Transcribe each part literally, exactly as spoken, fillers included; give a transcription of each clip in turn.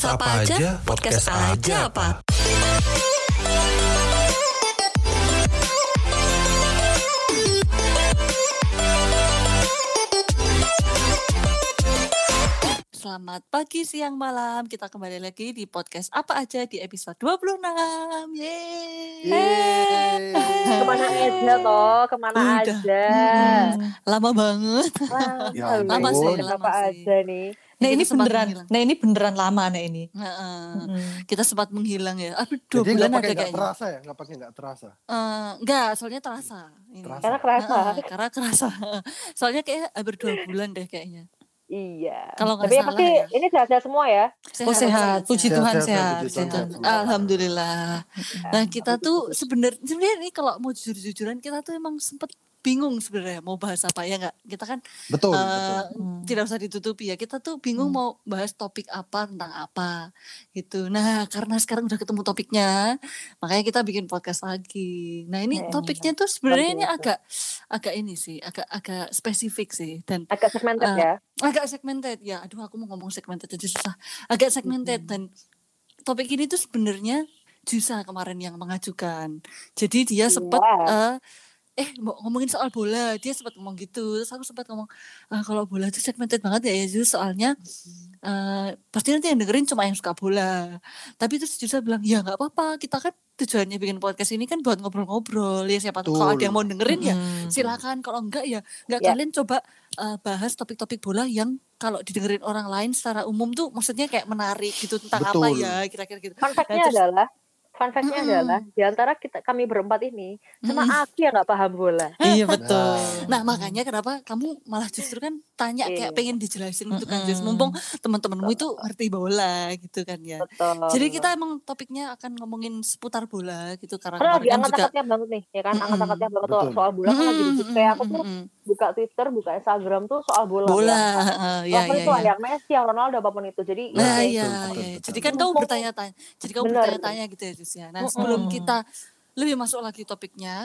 Podcast apa aja? Podcast aja apa? Selamat pagi, siang, malam. Kita kembali lagi di podcast apa aja di episode dua puluh enam. Yeay. Yeay. Kemana aja toh, kemana Udah. aja. Hmm, lama banget. Wah, Ya Lama ampun. sih, lama apa sih. aja nih. Kita Nah ini sempat beneran, menghilang. nah ini beneran lama nah ini. Heeh. Mm. Kita sempat menghilang ya. Aduh, dua Jadi bulan nggak ada pakai nggak kayaknya. terasa ya, nggak pakai nggak terasa. Eh, enggak, soalnya terasa. Ini. Terasa. Karena kerasa. Heeh, karena kerasa. Soalnya kayak hampir dua bulan deh kayaknya. Iya. Kalau nggak Tapi yang salah pasti ya. ini sehat-sehat semua ya. Oh sehat, puji Sehat, Tuhan sehat, sehat. puji Tuhan, sehat. sehat. Alhamdulillah. Nah kita tuh sebenarnya sebenarnya nih kalau mau jujur-jujuran kita tuh emang sempet bingung sebenarnya mau bahas apa ya nggak? Kita kan Betul, eh, betul. Hmm. tidak usah ditutupi ya. Kita tuh bingung Hmm. mau bahas topik apa tentang apa gitu. Nah karena sekarang udah ketemu topiknya, makanya kita bikin podcast lagi. Nah ini Hmm. topiknya tuh sebenarnya ini Bagus. agak agak ini sih, agak agak spesifik sih dan Agak segmented Eh, ya. agak segmented ya. Aduh aku mau ngomong segmented aja susah. Agak segmented dan topik ini tuh sebenarnya Jusa kemarin yang mengajukan. Jadi dia sempat Iya. eh eh mau ngomongin soal bola, dia sempat ngomong gitu. Terus aku sempat ngomong ah, kalau bola itu segmented banget ya Jus, soalnya eh pasti nanti yang dengerin cuma yang suka bola. Tapi terus Jusa bilang ya nggak apa-apa, kita kan tujuannya bikin podcast ini kan buat ngobrol-ngobrol ya, siapa tahu kalau ada yang mau dengerin ya Mm-mm. silakan, kalau enggak ya enggak. Ya. Kalian coba eh, bahas topik-topik bola yang kalau didengerin orang lain secara umum tuh maksudnya kayak menarik gitu, tentang apa Betul. ya kira-kira gitu. Fun fact-nya Nah, terus- adalah Fun fact-nya Mm-mm. adalah di antara kita kami berempat ini cuma Mm-mm. aku yang nggak paham bola. Iya betul. Nah makanya kenapa kamu malah justru kan tanya kayak Iya. pengen dijelasin gitu kan Jus, Mm-mm. mumpung teman-temanmu itu ngerti bola gitu kan ya. Betul. Jadi kita emang topiknya akan ngomongin seputar bola gitu karena karena lagi kemarin kan juga angkat-angkatnya banget nih, ya kan? Mm-mm. Angkat-angkatnya banget tuh Betul. soal bola kan lagi di kayak aku tuh Mm-mm. buka Twitter, buka Instagram tuh soal bola. bola, Ya. heeh, ya Apapun ya itu ya. yang Messi, yang Ronaldo, apapun itu. Jadi Nah ya, iya, betul, betul, iya. betul. Jadi kan kamu Mumpung- bertanya-tanya, jadi kamu Bener. bertanya-tanya gitu ya Jus ya. Nah sebelum Mm-mm. kita lebih masuk lagi topiknya,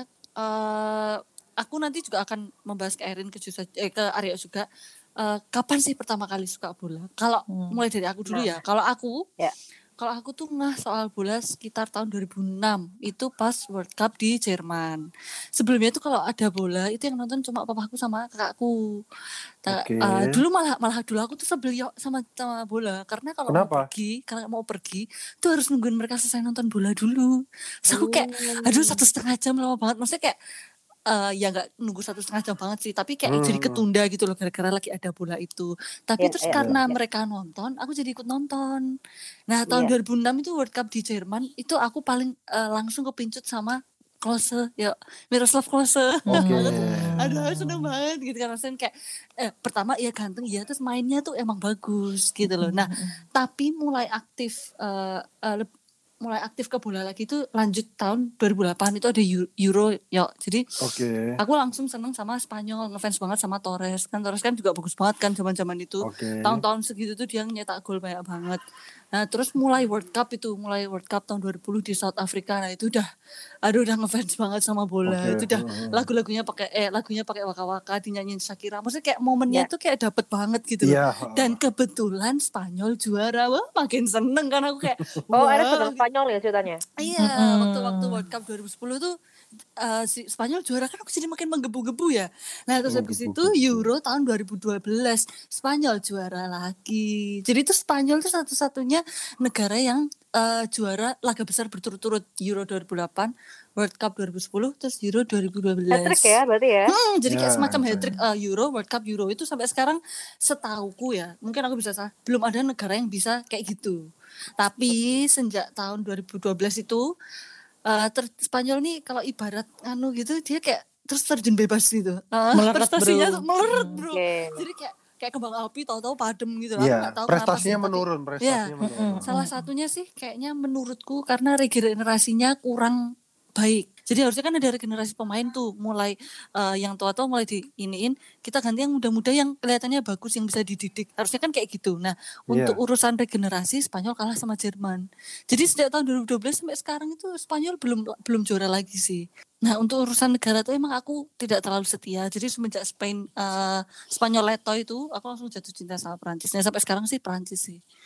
eh aku nanti juga akan membahas ke Erin, ke Jus, eh, ke Arya juga. Eh, kapan sih pertama kali suka bola? Kalau Hmm. mulai dari aku dulu ya. Kalau aku, Ya. kalau aku tuh ngeh soal bola sekitar tahun dua ribu enam. Itu pas World Cup di Jerman. Sebelumnya tuh kalau ada bola itu yang nonton cuma papaku sama kakakku. Ta- Oke. eh, dulu malah malah dulu aku tuh sebel yo sama sama bola karena kalau mau Kenapa? pergi, karena mau pergi tuh harus nungguin mereka selesai nonton bola dulu. Terus aku kayak Hmm. aduh satu setengah jam lama banget. Maksudnya kayak eh ya nggak nunggu satu setengah jam banget sih, tapi kayak Hmm. jadi ketunda gitu loh gara-gara lagi ada bola itu. Tapi Ya, terus ya, karena ya. mereka nonton, aku jadi ikut nonton. Nah tahun Iya. dua ribu enam itu World Cup di Jerman, itu aku paling eh, langsung kepincut sama Klose, ya Miroslav Klose. Oke. Aduh seneng banget gitu kan, rasanya kayak eh, pertama ya ganteng ya, terus mainnya tuh emang bagus gitu loh. Nah tapi mulai aktif eh, eh, leb- mulai aktif ke bola lagi itu lanjut tahun dua ribu delapan itu ada Eu- Euro ya. Jadi Oke. aku langsung seneng sama Spanyol, ngefans banget sama Torres. Kan Torres kan juga bagus banget kan zaman-zaman itu. Oke. Tahun-tahun segitu tuh dia nyetak gol banyak banget. Nah, terus mulai World Cup itu, mulai World Cup tahun dua ribu sepuluh di South Africa. Nah, itu udah aduh udah ngefans banget sama bola. Oke, Itu udah heeh. lagu-lagunya pakai eh lagunya pakai waka-waka, dinyanyiin Shakira. Maksudnya kayak momennya Ya. tuh kayak dapet banget gitu loh. Iya. Dan kebetulan Spanyol juara. Wah, makin seneng kan aku kayak Oh, wah, ada senang Spanyol ya ceritanya. iya, Mm-mm. waktu-waktu World Cup dua ribu sepuluh tuh eh, si Spanyol juara kan aku jadi makin menggebu-gebu ya. Nah terus habis itu Menggebu-gebu. Euro tahun dua ribu dua belas Spanyol juara lagi. Jadi itu Spanyol tuh satu-satunya negara yang eh, juara laga besar berturut-turut, Euro dua ribu delapan, World Cup dua ribu sepuluh, terus Euro dua ribu dua belas. Hat-trick ya berarti ya. Hmm, jadi kayak Ya, semacam betul. hat-trick eh, Euro, World Cup Euro itu sampai sekarang setauku ya, mungkin aku bisa salah, belum ada negara yang bisa kayak gitu. Tapi sejak tahun dua ribu dua belas itu eh, ter- Spanyol nih kalau ibarat anu gitu dia kayak terus terjun bebas gitu. Eh, Meleret, prestasinya bro. tuh meleret bro. Oke. Jadi kayak kayak kembang api tahu-tahu padem gitu. Aku Iya. nggak tahu kenapa sih, Prestasinya tapi- menurun. Prestasinya Ya. menurun. Salah satunya sih kayaknya menurutku karena regenerasinya kurang baik. Jadi harusnya kan ada regenerasi pemain tuh, mulai eh, yang tua-tua mulai diiniin, kita ganti yang muda-muda yang kelihatannya bagus, yang bisa dididik. Harusnya kan kayak gitu. Nah, untuk Iya. urusan regenerasi Spanyol kalah sama Jerman. Jadi sejak tahun dua ribu dua belas sampai sekarang itu Spanyol belum belum juara lagi sih. Nah, untuk urusan negara tuh emang aku tidak terlalu setia. Jadi semenjak Spain eh, Spanyol Leto itu, aku langsung jatuh cinta sama Perancis. Nah, sampai sekarang sih Perancis sih.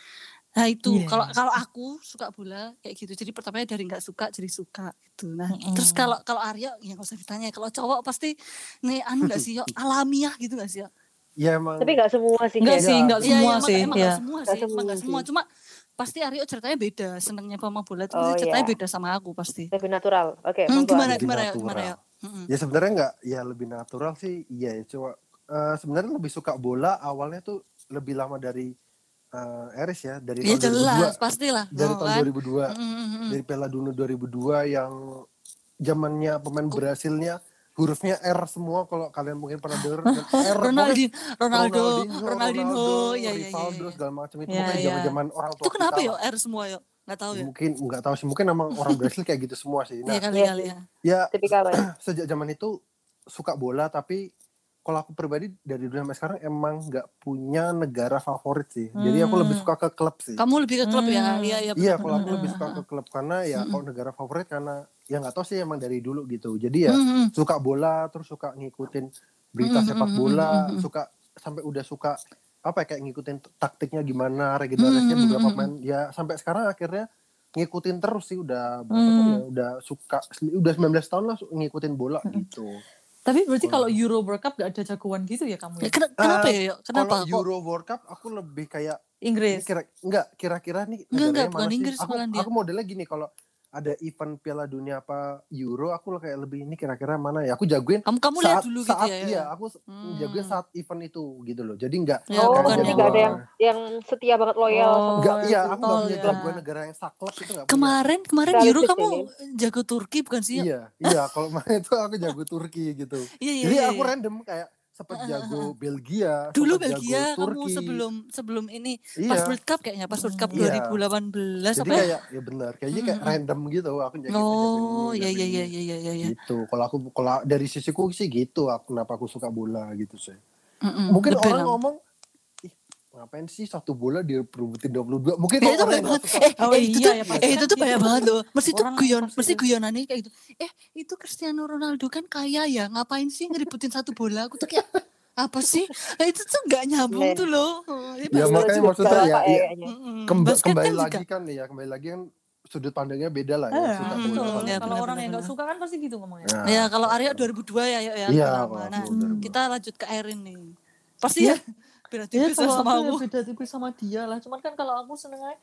Nah itu Iya. kalau kalau aku suka bola kayak gitu. Jadi pertamanya dari nggak suka jadi suka gitu. Nah Mm-mm. terus kalau kalau Arya ya nggak usah ditanya. Kalau cowok pasti nih anu nggak sih yo alamiah gitu nggak sih yo? Ya emang. Tapi nggak semua sih Enggak kayaknya. sih, Ya, enggak bener. Iya semua emang sih. emang Iya. nggak semua Nggak sih, emang nggak semua semua. sih. Cuma pasti Arya ceritanya beda. Senengnya sama bola tuh Oh, ceritanya iya. beda sama aku pasti. Lebih natural. Oke, Hmm, monggo. gimana Lebih gimana ya natural. gimana ya? Mm-mm. Ya sebenarnya nggak, ya lebih natural sih. Iya, cuma eh, sebenarnya lebih suka bola awalnya tuh lebih lama dari eh, Eris ya, dari Ya tahun dua ribu dua. jelas pastilah. Dari Oh, tahun kan? dua ribu dua. Mm-mm. Dari Piala Dunia dua ribu dua yang zamannya pemain Brasilnya hurufnya R semua, kalau kalian mungkin pernah dengar R. pokoknya Ronaldi, Ronaldo, Ronaldinho, Ronaldinho, Ronaldo, ya ya ya. Rivaldo ya. segala macam itu Ya, pokoknya ya. zaman-zaman orang tua Itu kenapa kita ya lah. R semua ya? Nggak tahu ya. Mungkin nggak tahu sih, mungkin emang orang Brasil kayak gitu semua sih. Iya Nah, kali Iya kali sih. ya. ya Tipikal ya. sejak zaman itu suka bola, tapi kalau aku pribadi dari dulu sampai sekarang emang nggak punya negara favorit sih. Jadi aku lebih Hmm. suka ke klub sih. Kamu lebih ke klub ya? Hmm. Iya iya. Iya, benar, kalau aku benar, lebih benar. suka ke klub karena ya Mm-mm. kalau negara favorit karena ya nggak tahu sih emang dari dulu gitu. Jadi ya Mm-mm. suka bola, terus suka ngikutin berita Mm-mm. sepak bola, Mm-mm. suka sampai udah suka apa ya, kayak ngikutin t- taktiknya gimana, regenerasinya Mm-mm. beberapa pemain. Ya sampai sekarang akhirnya ngikutin terus sih, udah berapa tahun ya? Udah suka udah sembilan belas tahun lah ngikutin bola gitu. Tapi berarti Kalau- kalau Euro World Cup gak ada jagoan gitu ya kamu Ya, ya? ken- kenapa Eh, ya? Yuk? Kenapa? Kalau Kok? Euro World Cup aku lebih kayak ini Inggris. kira enggak kira-kira nih Enggak, enggak, negaranya bukan mana sih? Inggris, Aku bukan dia. aku modelnya gini, kalau ada event Piala Dunia apa Euro, aku kayak lebih ini kira-kira mana ya? Aku jagoin Kamu kamu saat lihat dulu gitu saat ya? iya, aku Hmm. jagoin saat event itu gitu loh. Jadi enggak Ya, Oh, bukan jadi yang- nggak ada yang yang setia banget loyal Oh, sama enggak iya, aku betul enggak punya ya. jagoan negara yang saklek itu enggak punya. Kemarin kemarin Realistis Euro kamu ini. jago Turki bukan sih? Yuk? Iya, iya kalau main itu aku jago Turki gitu. Iya iya. Jadi iya, aku iya. random kayak sempet jago Belgia, Dulu sempet Belgia jago kamu Turki. sebelum sebelum ini Iya. pas World Cup kayaknya pas World Cup Hmm. dua Iya. ribu delapan belas Jadi apa ya? kayak ya benar, kayaknya kayak Mm-mm. random gitu aku jagoin Oh iya jagoin iya ini, iya jagoin iya iya iya. ini. Gitu. Kalau aku kalau dari sisiku sih gitu, aku kenapa aku suka bola gitu sih. Mm-mm. Mungkin Lebih orang lama. ngomong, ih ngapain sih satu bola diperebutin dua puluh dua? Mungkin Ya, itu kalau orang banyak yang banget. nggak suka, Eh, Oh eh, itu iya tuh, ya, eh, pasti itu kan tuh banyak gitu. banget loh. Mesti tuh Orang guyon, pasti mesti gitu. guyonannya kayak gitu. Eh, itu Cristiano Ronaldo kan kaya ya, ngapain sih ngeributin satu bola? Aku tuh kayak apa sih? Eh, itu tuh nggak nyambung Nen. tuh loh. Oh, ya, ya basket makanya juga. maksudnya ya, Bapak ya kayaknya. Mm-mm. kemba- Basket kembali kan lagi juga. kan ya, kembali lagi kan sudut pandangnya beda lah ya, Ah, suka Hmm, bola betul. sama ya, Kalau benar, orang benar, yang nggak benar. suka kan pasti gitu ngomongnya. Nah, Ya kalau Arya dua ribu dua ya, ya, ya Iya, udah lama. kalau Nah, aku dua ribu. kita lanjut ke Erin nih. Pasti ya, beda Ya tipis lah kalau sama aku ya aku. beda tipis sama dia lah. Cuman kan kalau aku senengnya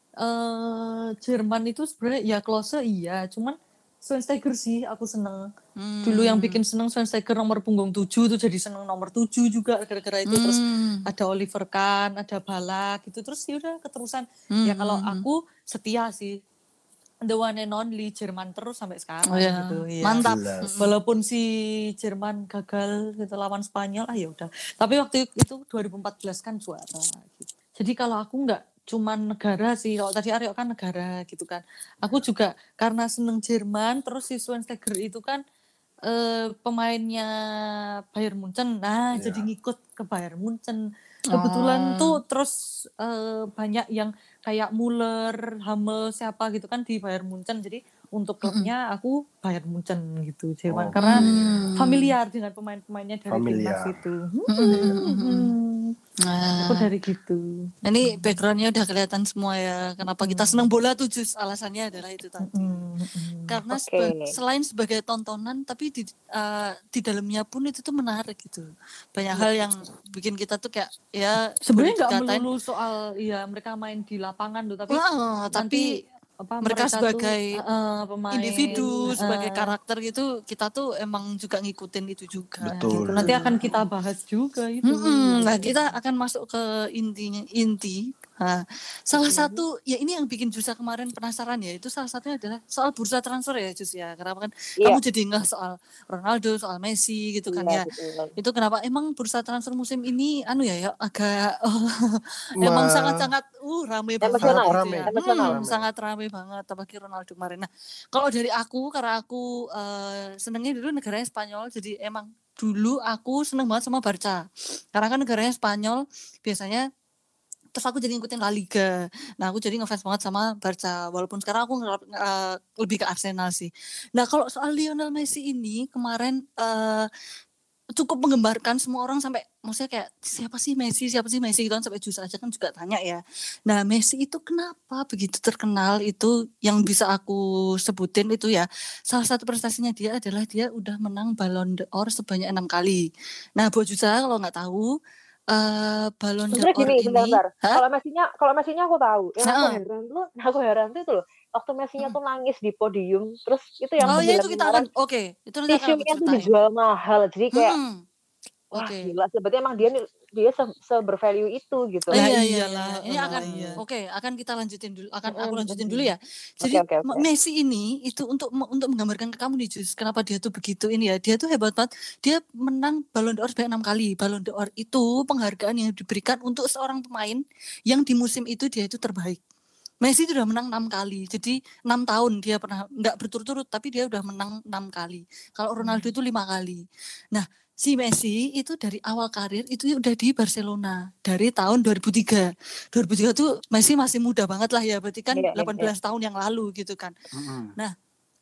eh Jerman itu sebenarnya ya close iya. Cuman Schweinsteiger sih aku seneng. Hmm. Dulu yang bikin seneng Schweinsteiger nomor punggung tujuh tuh jadi seneng nomor tujuh juga gara-gara itu. Terus Hmm. ada Oliver Kahn, ada Balak gitu. Terus ya udah keterusan. Hmm, Ya kalau hmm, hmm. aku setia sih. The one and only Jerman terus sampai sekarang Oh ya, gitu. Iya. mantap. Jelas. Mm-mm. Walaupun si Jerman gagal gitu lawan Spanyol, ah ya udah. Tapi waktu itu dua ribu empat belas kan juara. Gitu. Jadi kalau aku nggak cuman negara sih, kalau tadi Aryo kan negara gitu kan. Aku juga karena seneng Jerman, terus si Schweinsteiger itu kan eh, pemainnya Bayern Munchen. Nah, Ya. jadi ngikut ke Bayern Munchen. Kebetulan Oh. tuh terus eh, banyak yang kayak Muller, Hummel, siapa gitu kan di Bayern Munchen. Jadi untuk klubnya aku Bayern Munchen gitu, Jerman. Oh. Karena Hmm. familiar dengan pemain-pemainnya dari Familiar. timnas itu. Hmm. Nah, Aku dari gitu. ini backgroundnya udah kelihatan semua ya. Kenapa kita seneng bola tuh Jus? Alasannya adalah itu tadi. Mm, mm. Karena Oke. seba- selain sebagai tontonan, tapi di uh, di dalamnya pun itu tuh menarik gitu. Banyak hal yang bikin kita tuh kayak ya Sebenarnya boleh nggak dikatain, melulu soal ya mereka main di lapangan tuh, tapi Wah, tapi nanti apa mereka tuh, sebagai eh, pemain individu, eh, sebagai karakter gitu, kita tuh emang juga ngikutin itu juga. Betul. gitu. Nanti akan kita bahas juga itu. Mm-mm. Nah, kita akan masuk ke intinya inti. Nah, salah satu ya ini yang bikin Jusa kemarin penasaran ya, itu salah satunya adalah soal bursa transfer ya Jus ya. Kenapa kan Iya. kamu jadi ngeh soal Ronaldo, soal Messi gitu kan Iya, ya. betul. Itu kenapa emang bursa transfer musim ini anu ya ya agak emang Ma- sangat-sangat uh rame banget Emosional, gitu rame. ya. Emosional. Hmm, sangat rame banget apalagi Ronaldo kemarin. Nah, kalau dari aku karena aku eh, senengnya dulu negaranya Spanyol, jadi emang dulu aku seneng banget sama Barca. Karena kan negaranya Spanyol biasanya, terus aku jadi ngikutin La Liga. Nah, aku jadi ngefans banget sama Barca. Walaupun sekarang aku nge- uh, lebih ke Arsenal sih. Nah, kalau soal Lionel Messi ini kemarin uh, cukup menggembarkan semua orang sampai maksudnya kayak siapa sih Messi, siapa sih Messi gitu kan sampai Jus aja kan juga tanya ya. Nah Messi itu kenapa begitu terkenal itu yang bisa aku sebutin itu ya salah satu prestasinya dia adalah dia udah menang Ballon d'Or sebanyak enam kali. Nah buat Jusa kalau nggak tahu uh, Ballon Sebenarnya d'Or gini, ini, bentar-bentar. hah? Kalau Messinya, kalau Messinya aku tahu. Yang aku Nah, heran tuh, aku heran tuh itu loh. Waktu Messinya Hmm. tuh nangis di podium, terus itu yang oh ya itu sembilan kita kemarin, akan oke itu nanti akan aku tisunya tuh ceritain. dijual mahal. Jadi kayak Hmm. wah Oke. gila. Sebenarnya emang dia nih dia se, se-bervalue itu gitu. Iya Lah iya iya. iyalah, Ini lah akan iya. oke akan kita lanjutin dulu. Akan aku Mm-mm, lanjutin mm-mm. dulu ya. Oke Jadi oke oke. Messi ini itu untuk untuk menggambarkan ke kamu nih Jus, kenapa dia tuh begitu ini ya. Dia tuh hebat banget. Dia menang Ballon d'Or sebanyak enam kali. Ballon d'Or itu penghargaan yang diberikan untuk seorang pemain yang di musim itu dia itu terbaik. Messi itu udah menang enam kali. Jadi enam tahun dia pernah nggak berturut-turut tapi dia udah menang enam kali. Kalau Ronaldo itu lima kali. Nah, si Messi itu dari awal karir itu udah di Barcelona dari tahun dua ribu tiga. dua ribu tiga tuh Messi masih muda banget lah ya, berarti kan Iya, iya, delapan belas iya. tahun yang lalu gitu kan. Mm-mm. Nah,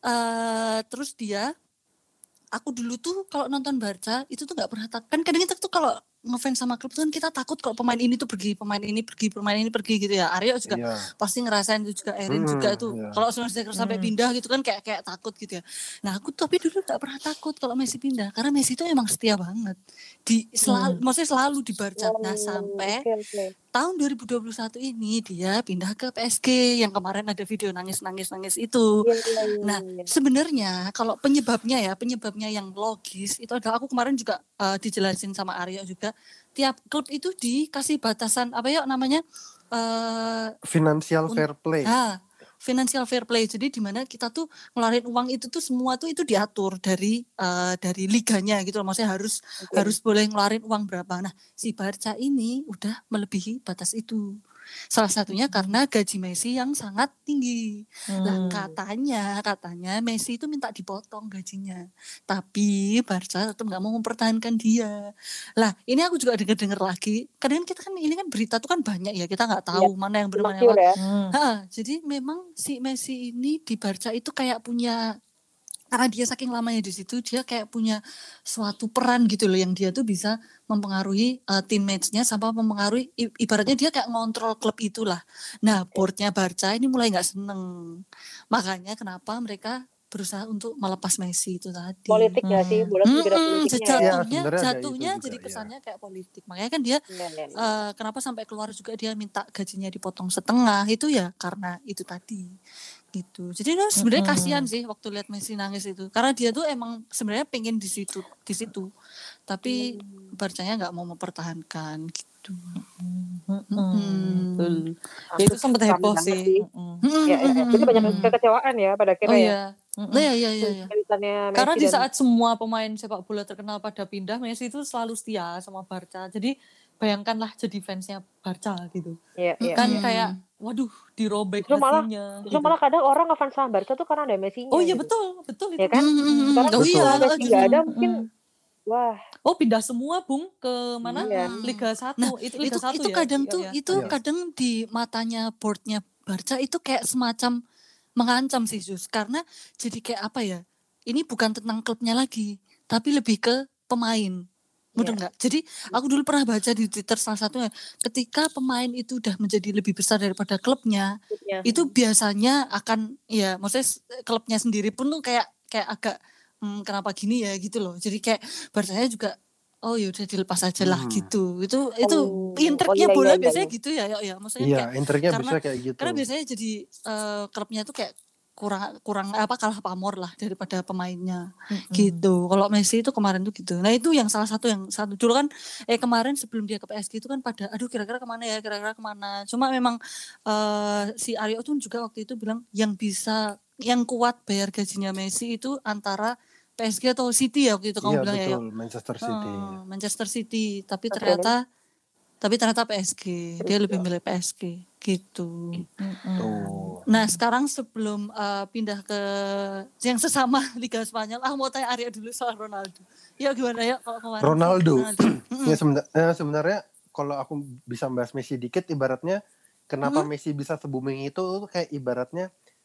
uh, terus dia aku dulu tuh kalau nonton Barca itu tuh nggak pernah takut. Kan kadang kita tuh kalau ngefans sama klub tuh kan kita takut kalau pemain ini tuh pergi, pemain ini pergi, pemain ini pergi gitu ya. Aryo juga Iya. pasti ngerasain itu juga, Erin Mm-mm, juga itu. iya. Kalau Solskjaer sampai Hmm. pindah gitu kan kayak kayak takut gitu ya. Nah aku tapi dulu nggak pernah takut kalau Messi pindah karena Messi itu emang setia banget. Di selalu, Hmm. maksudnya selalu di Barca. Nah Oh, sampai oke oke. tahun dua ribu dua puluh satu ini dia pindah ke P S G yang kemarin ada video nangis-nangis-nangis itu. Iya iya iya. Nah, iya. sebenarnya kalau penyebabnya ya, penyebabnya yang logis itu adalah aku kemarin juga uh, dijelasin sama Aryo juga. Tiap klub itu dikasih batasan apa ya namanya? Uh, Financial un- fair play. ah, financial fair play. Jadi di mana kita tuh ngeluarin uang itu tuh semua tuh itu diatur dari uh, dari liganya gitu loh. Maksudnya harus Oke. harus boleh ngeluarin uang berapa. Nah, si Barca ini udah melebihi batas itu. Salah satunya karena gaji Messi yang sangat tinggi. Lah Hmm. katanya, katanya Messi itu minta dipotong gajinya. Tapi Barca tetap nggak mau mempertahankan dia. Lah ini aku juga dengar-dengar lagi. Kadang kita kan ini kan berita tuh kan banyak ya. Kita nggak tahu mana yang benar mana yang Simpang siur hoax. ya. Hmm. Ha, jadi memang si Messi ini di Barca itu kayak punya, karena dia saking lamanya di situ dia kayak punya suatu peran gitu loh yang dia tuh bisa mempengaruhi uh, teammates-nya sama mempengaruhi i- ibaratnya dia kayak ngontrol klub itulah. Nah, boardnya Barca ini mulai nggak seneng. Makanya kenapa mereka berusaha untuk melepas Messi itu tadi. Politik ya sih, Hmm. bola tuh juga ada Mm-mm, politiknya ya. Iya, jatuhnya sebenarnya ada jatuhnya itu juga, jadi ya. kesannya kayak politik. Makanya kan dia Iya iya. iya. uh, kenapa sampai keluar juga dia minta gajinya dipotong setengah itu ya karena itu tadi gitu. Jadi no, sebenarnya Mm-mm. kasihan sih waktu lihat Messi nangis itu karena dia tuh emang sebenarnya pengen di situ di situ tapi Hmm. Barcanya nggak mau mempertahankan gitu. Mm-mm. Mm-mm. Betul. Ya Aku itu sempat paham heboh banget sih. sih. Mm-mm. Ya ya. ya. Jadi banyak Mm-mm. kekecewaan ya pada Oh akhirnya ya. iya. Mm-mm. Iya iya iya. iya. Kesulitannya Karena Messi di dan saat semua pemain sepak bola terkenal pada pindah, Messi itu selalu setia sama Barca. Jadi bayangkanlah jadi fansnya Barca gitu. iya iya. Kan Mm-mm. kayak, waduh, dirobek Justru malah hatinya. justru Gitu. malah kadang orang ngefans sama Barca tuh karena ada Messi-nya Oh iya gitu. betul, betul itu. Ya kan? Mm-mm. Sekarang Oh Betul. iya. kalau Messi nggak ada mungkin Mm-mm. wah Oh pindah semua Bung ke mana? iya. Mm-mm. Liga satu. Nah itu Liga itu satu itu ya. kadang Iya, tuh iya. itu Iya. kadang di matanya boardnya Barca itu kayak semacam mengancam sih Zus karena jadi kayak apa ya? Ini bukan tentang klubnya lagi, tapi lebih ke pemain. Bener Iya. nggak? Jadi aku dulu pernah baca di Twitter salah satunya, ketika pemain itu udah menjadi lebih besar daripada klubnya, Klubnya. itu biasanya akan ya, maksudnya s- klubnya sendiri pun tuh kayak kayak agak hmm, kenapa gini ya gitu loh. Jadi kayak Barcanya juga oh yaudah dilepas aja lah Hmm. gitu. Itu itu Oh, oh intriknya iya bola iya iya. biasanya iya. gitu ya, ya, ya. Maksudnya Iya, kayak intriknya karena bisa kayak gitu. karena biasanya jadi eh, klubnya tuh kayak kurang kurang apa kalah pamor lah daripada pemainnya Mm-mm. gitu. Kalau Messi itu kemarin tuh gitu. Nah itu yang salah satu yang satu dulu kan eh kemarin sebelum dia ke P S G itu kan pada aduh kira-kira kemana ya kira-kira kemana. Cuma memang eh, si Aryo tuh juga waktu itu bilang yang bisa yang kuat bayar gajinya Messi itu antara P S G atau City ya waktu itu kamu Iya, bilang ya. betul, Manchester City. Hmm, Manchester City tapi Oke. ternyata tapi ternyata P S G dia lebih milih P S G gitu. Mm-mm. Tuh. Nah sekarang sebelum uh, pindah ke yang sesama Liga Spanyol, ah mau tanya Arya dulu soal Ronaldo. Ya gimana ya kalau kemarin? Ronaldo. Mm-mm. Ya sebenar- eh, sebenarnya kalau aku bisa bahas Messi dikit, ibaratnya kenapa Mm-mm. Messi bisa se-booming itu kayak ibaratnya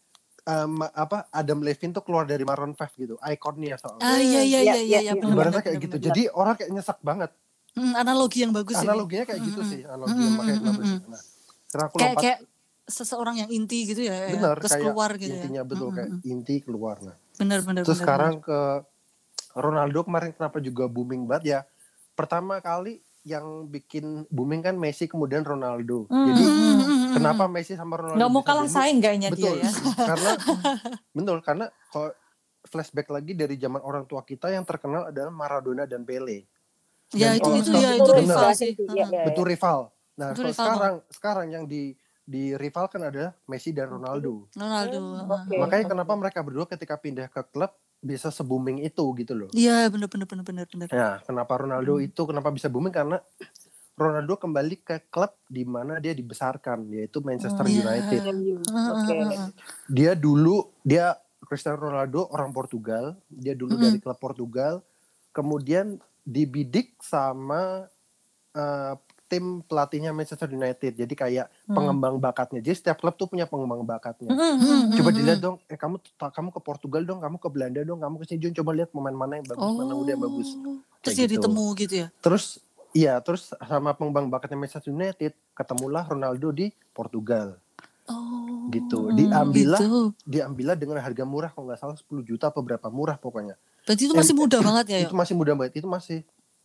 um, apa Adam Levine tuh keluar dari Maroon five gitu, ikonnya soalnya. Ah iya iya iya iya ya, benar. Ibaratnya kayak gitu. Jadi orang kayak nyesek banget. Hmm, analogi yang bagus sih. Analoginya kayak gitu sih, analogi yang makanya kenapa sih. Nah, sekarang aku kayak, lompat. kayak seseorang yang inti gitu ya. Benar, terus kayak keluar gitu intinya ya. betul Mm-mm. kayak inti keluar. Nah, benar benar. terus benar, sekarang benar. ke Ronaldo kemarin kenapa juga booming banget ya? Pertama kali yang bikin booming kan Messi kemudian Ronaldo. Hmm. Jadi Hmm. kenapa Messi sama Ronaldo Nggak mau bisa kalah booming? saing kayaknya Betul, dia ya. karena betul karena kalau flashback lagi dari zaman orang tua kita yang terkenal adalah Maradona dan Pele. Ya Dan itu kalau itu sekarang- ya itu benar. rival sih. Iya, iya. Betul rival. Nah, Itu kalau rival sekarang sekarang yang di di rivalkan adalah Messi dan Ronaldo. Ronaldo. Oke. Makanya kenapa mereka berdua ketika pindah ke klub bisa se-booming itu gitu loh. Iya benar benar benar benar benar. Ya, kenapa Ronaldo Hmm. itu kenapa bisa booming karena Ronaldo kembali ke klub di mana dia dibesarkan, yaitu Manchester Iya. United. Oke. Dia dulu dia Cristiano Ronaldo orang Portugal, dia dulu Mm-mm. dari klub Portugal, kemudian dibidik sama uh, tim pelatihnya Manchester United. Jadi kayak Hmm. pengembang bakatnya. Jadi setiap klub tuh punya pengembang bakatnya. Hmm, hmm, Coba hmm, dilihat hmm. dong, eh kamu kamu ke Portugal dong, kamu ke Belanda dong, kamu ke sini Jun, coba lihat pemain mana yang bagus, Oh. mana udah yang bagus. Terus Kayak dia gitu. ditemu gitu ya. Terus iya, terus sama pengembang bakatnya Manchester United, ketemulah Ronaldo di Portugal. Oh. Gitu. Diambillah Gitu. diambillah dengan harga murah, kalau nggak salah sepuluh juta apa berapa murah pokoknya. Berarti itu masih Eh, muda banget ya. Itu masih muda banget, itu masih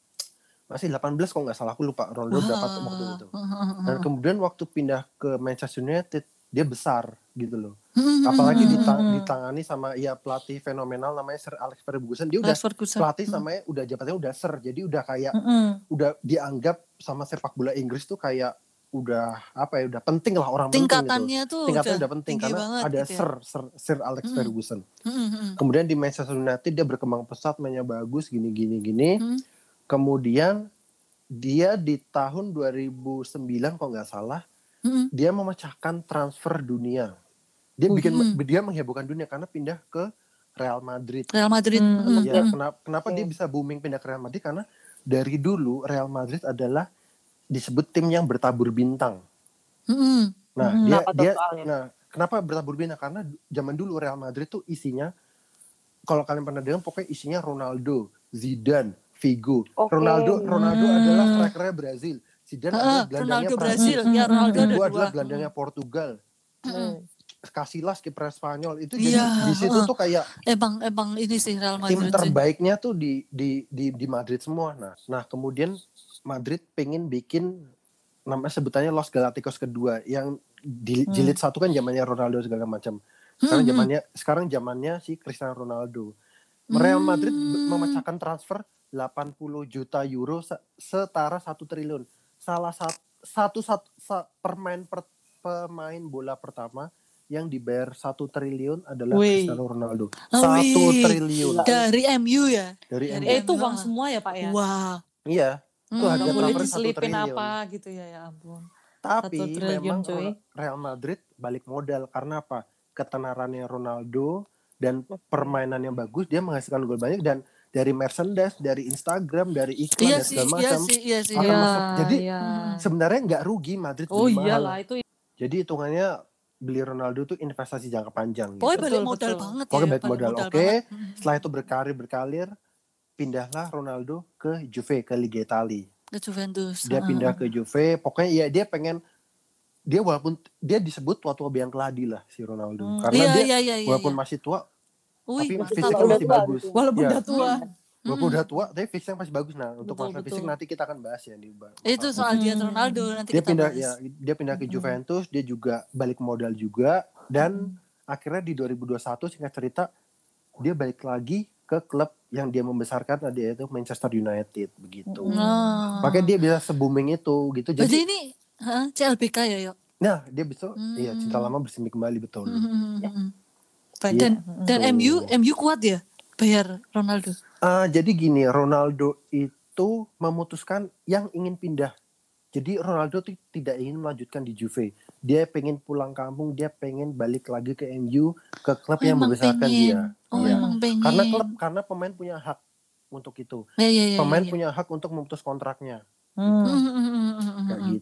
masih delapan belas kalau nggak salah, aku lupa Ronaldo berapa tuh waktu itu. Dan kemudian waktu pindah ke Manchester United, dia besar gitu loh. Apalagi ditang- ditangani sama ya pelatih fenomenal namanya Sir Alex Ferguson. Dia udah Alex Ferguson. pelatih sama udah jabatannya udah Sir. Jadi udah kayak Hmm. udah dianggap sama sepak bola Inggris tuh kayak udah apa ya, udah penting lah, orang penting gitu. Tingkatannya tuh Tingkatannya udah udah penting tinggi karena banget ada gitu ya. Sir, Sir Sir Alex Mm-mm. Ferguson. Mm-mm. Kemudian di Manchester United dia berkembang pesat, mainnya bagus gini gini gini. Mm. Kemudian dia di tahun dua ribu sembilan kalau nggak salah, Mm-mm. dia memecahkan transfer dunia. Dia bikin Hmm. dia menghebohkan dunia karena pindah ke Real Madrid. Real Madrid. Hmm. Mm. Ya, kenapa kenapa dia bisa booming pindah ke Real Madrid? Karena dari dulu Real Madrid adalah disebut tim yang bertabur bintang. Mm-mm. Nah, Hmm. dia Kenapa tuh dia soalnya? nah, kenapa bertabur bintang? Karena zaman dulu Real Madrid tuh isinya, kalau kalian pernah dengar, pokoknya isinya Ronaldo, Zidane, Figo. Oke. Ronaldo Ronaldo Hmm. adalah strikernya Brazil. Zidane Ah, adalah gelandangnya Ronaldo Prancis. Brazil. Ya Ronaldo ada Figo dua. adalah gelandangnya Portugal. Hmm. Casillas kiper Spanyol. Itu Iya, jadi di situ uh. tuh kayak Emang emang ini sih Real tim Madrid sih. terbaiknya tuh di di di di Madrid semua. Nah, nah kemudian Madrid pengen bikin namanya sebutannya Los Galacticos kedua, yang di Hmm. jilid satu kan zamannya Ronaldo segala macam. Sekarang Hmm. zamannya sekarang zamannya si Cristiano Ronaldo. Real Madrid be- Hmm. memecahkan transfer delapan puluh juta euro se- setara satu triliun. Salah satu satu, satu sa- permain per, pemain bola pertama yang dibayar satu triliun adalah Wih. Cristiano Ronaldo. Oh, Satu wih. triliun Dari M U ya. dari Dari M U. Eh, itu M U. uang semua ya Pak ya? Wah. Iya, itu Hmm. harga Nggak boleh transfer satu diselipin triliun. apa gitu ya, ya ampun. Tapi Satu triliun, memang cuy. Real Madrid balik modal karena apa? Ketenarannya Ronaldo dan permainan yang bagus, dia menghasilkan gol banyak, dan dari merchandise, dari Instagram, dari iklan Iya dan sih, segala iya macam sih, iya sih. akan Iya, masuk. Jadi iya. sebenarnya nggak rugi Madrid Oh beli mahal. iyalah itu. Jadi hitungannya beli Ronaldo tuh investasi jangka panjang. Gitu. Pokoknya balik Betul, modal betul. banget ya. Pokoknya balik modal, oke. banget. Hmm. Setelah itu berkarir berkalir, pindahlah Ronaldo ke Juve, ke Liga Italia. Ke Juventus. Dia Heeh. pindah ke Juve, pokoknya ya dia pengen, dia walaupun dia disebut tua-tua biang keladi lah si Ronaldo, Hmm. karena Iya, dia iya, iya, iya. walaupun iya. masih tua, Wih, tapi mantap. fisiknya Udah masih tua bagus. gitu. Walaupun Iya. udah tua. Walaupun Hmm. udah tua, tapi fisiknya masih bagus. Nah, untuk Betul, masalah betul. fisik nanti kita akan bahas ya di bahas. Itu soal dia Hmm. Ronaldo nanti Dia kita pindah bahas. ya, dia pindah ke Mm-mm. Juventus, dia juga balik modal juga, dan akhirnya di dua ribu dua puluh satu singkat cerita dia balik lagi ke klub yang dia membesarkan, dia itu Manchester United begitu. Mm. Oh. Makanya dia bisa se-booming itu gitu. Berarti Jadi ini ha, C L B K ya, Yok? nah, dia bisa Hmm. iya, cinta lama bersemi kembali, betul. Hmm. Hmm. Iya. Dan dan Tuh. M U M U kuat ya bayar Ronaldo. Ah, jadi gini, Ronaldo itu memutuskan yang ingin pindah. Jadi Ronaldo tuh tidak ingin melanjutkan di Juve. Dia pengen pulang kampung, dia pengen balik lagi ke M U, ke klub Oh, yang emang membesarkan pengen. dia. Oh, Iya. emang pengen. Karena klub, karena pemain punya hak untuk itu. Ya, ya, ya, Pemain ya, ya. punya hak untuk memutus kontraknya, Hmm. Hmm, hmm, hmm, hmm, hmm, kayak hmm. gitu.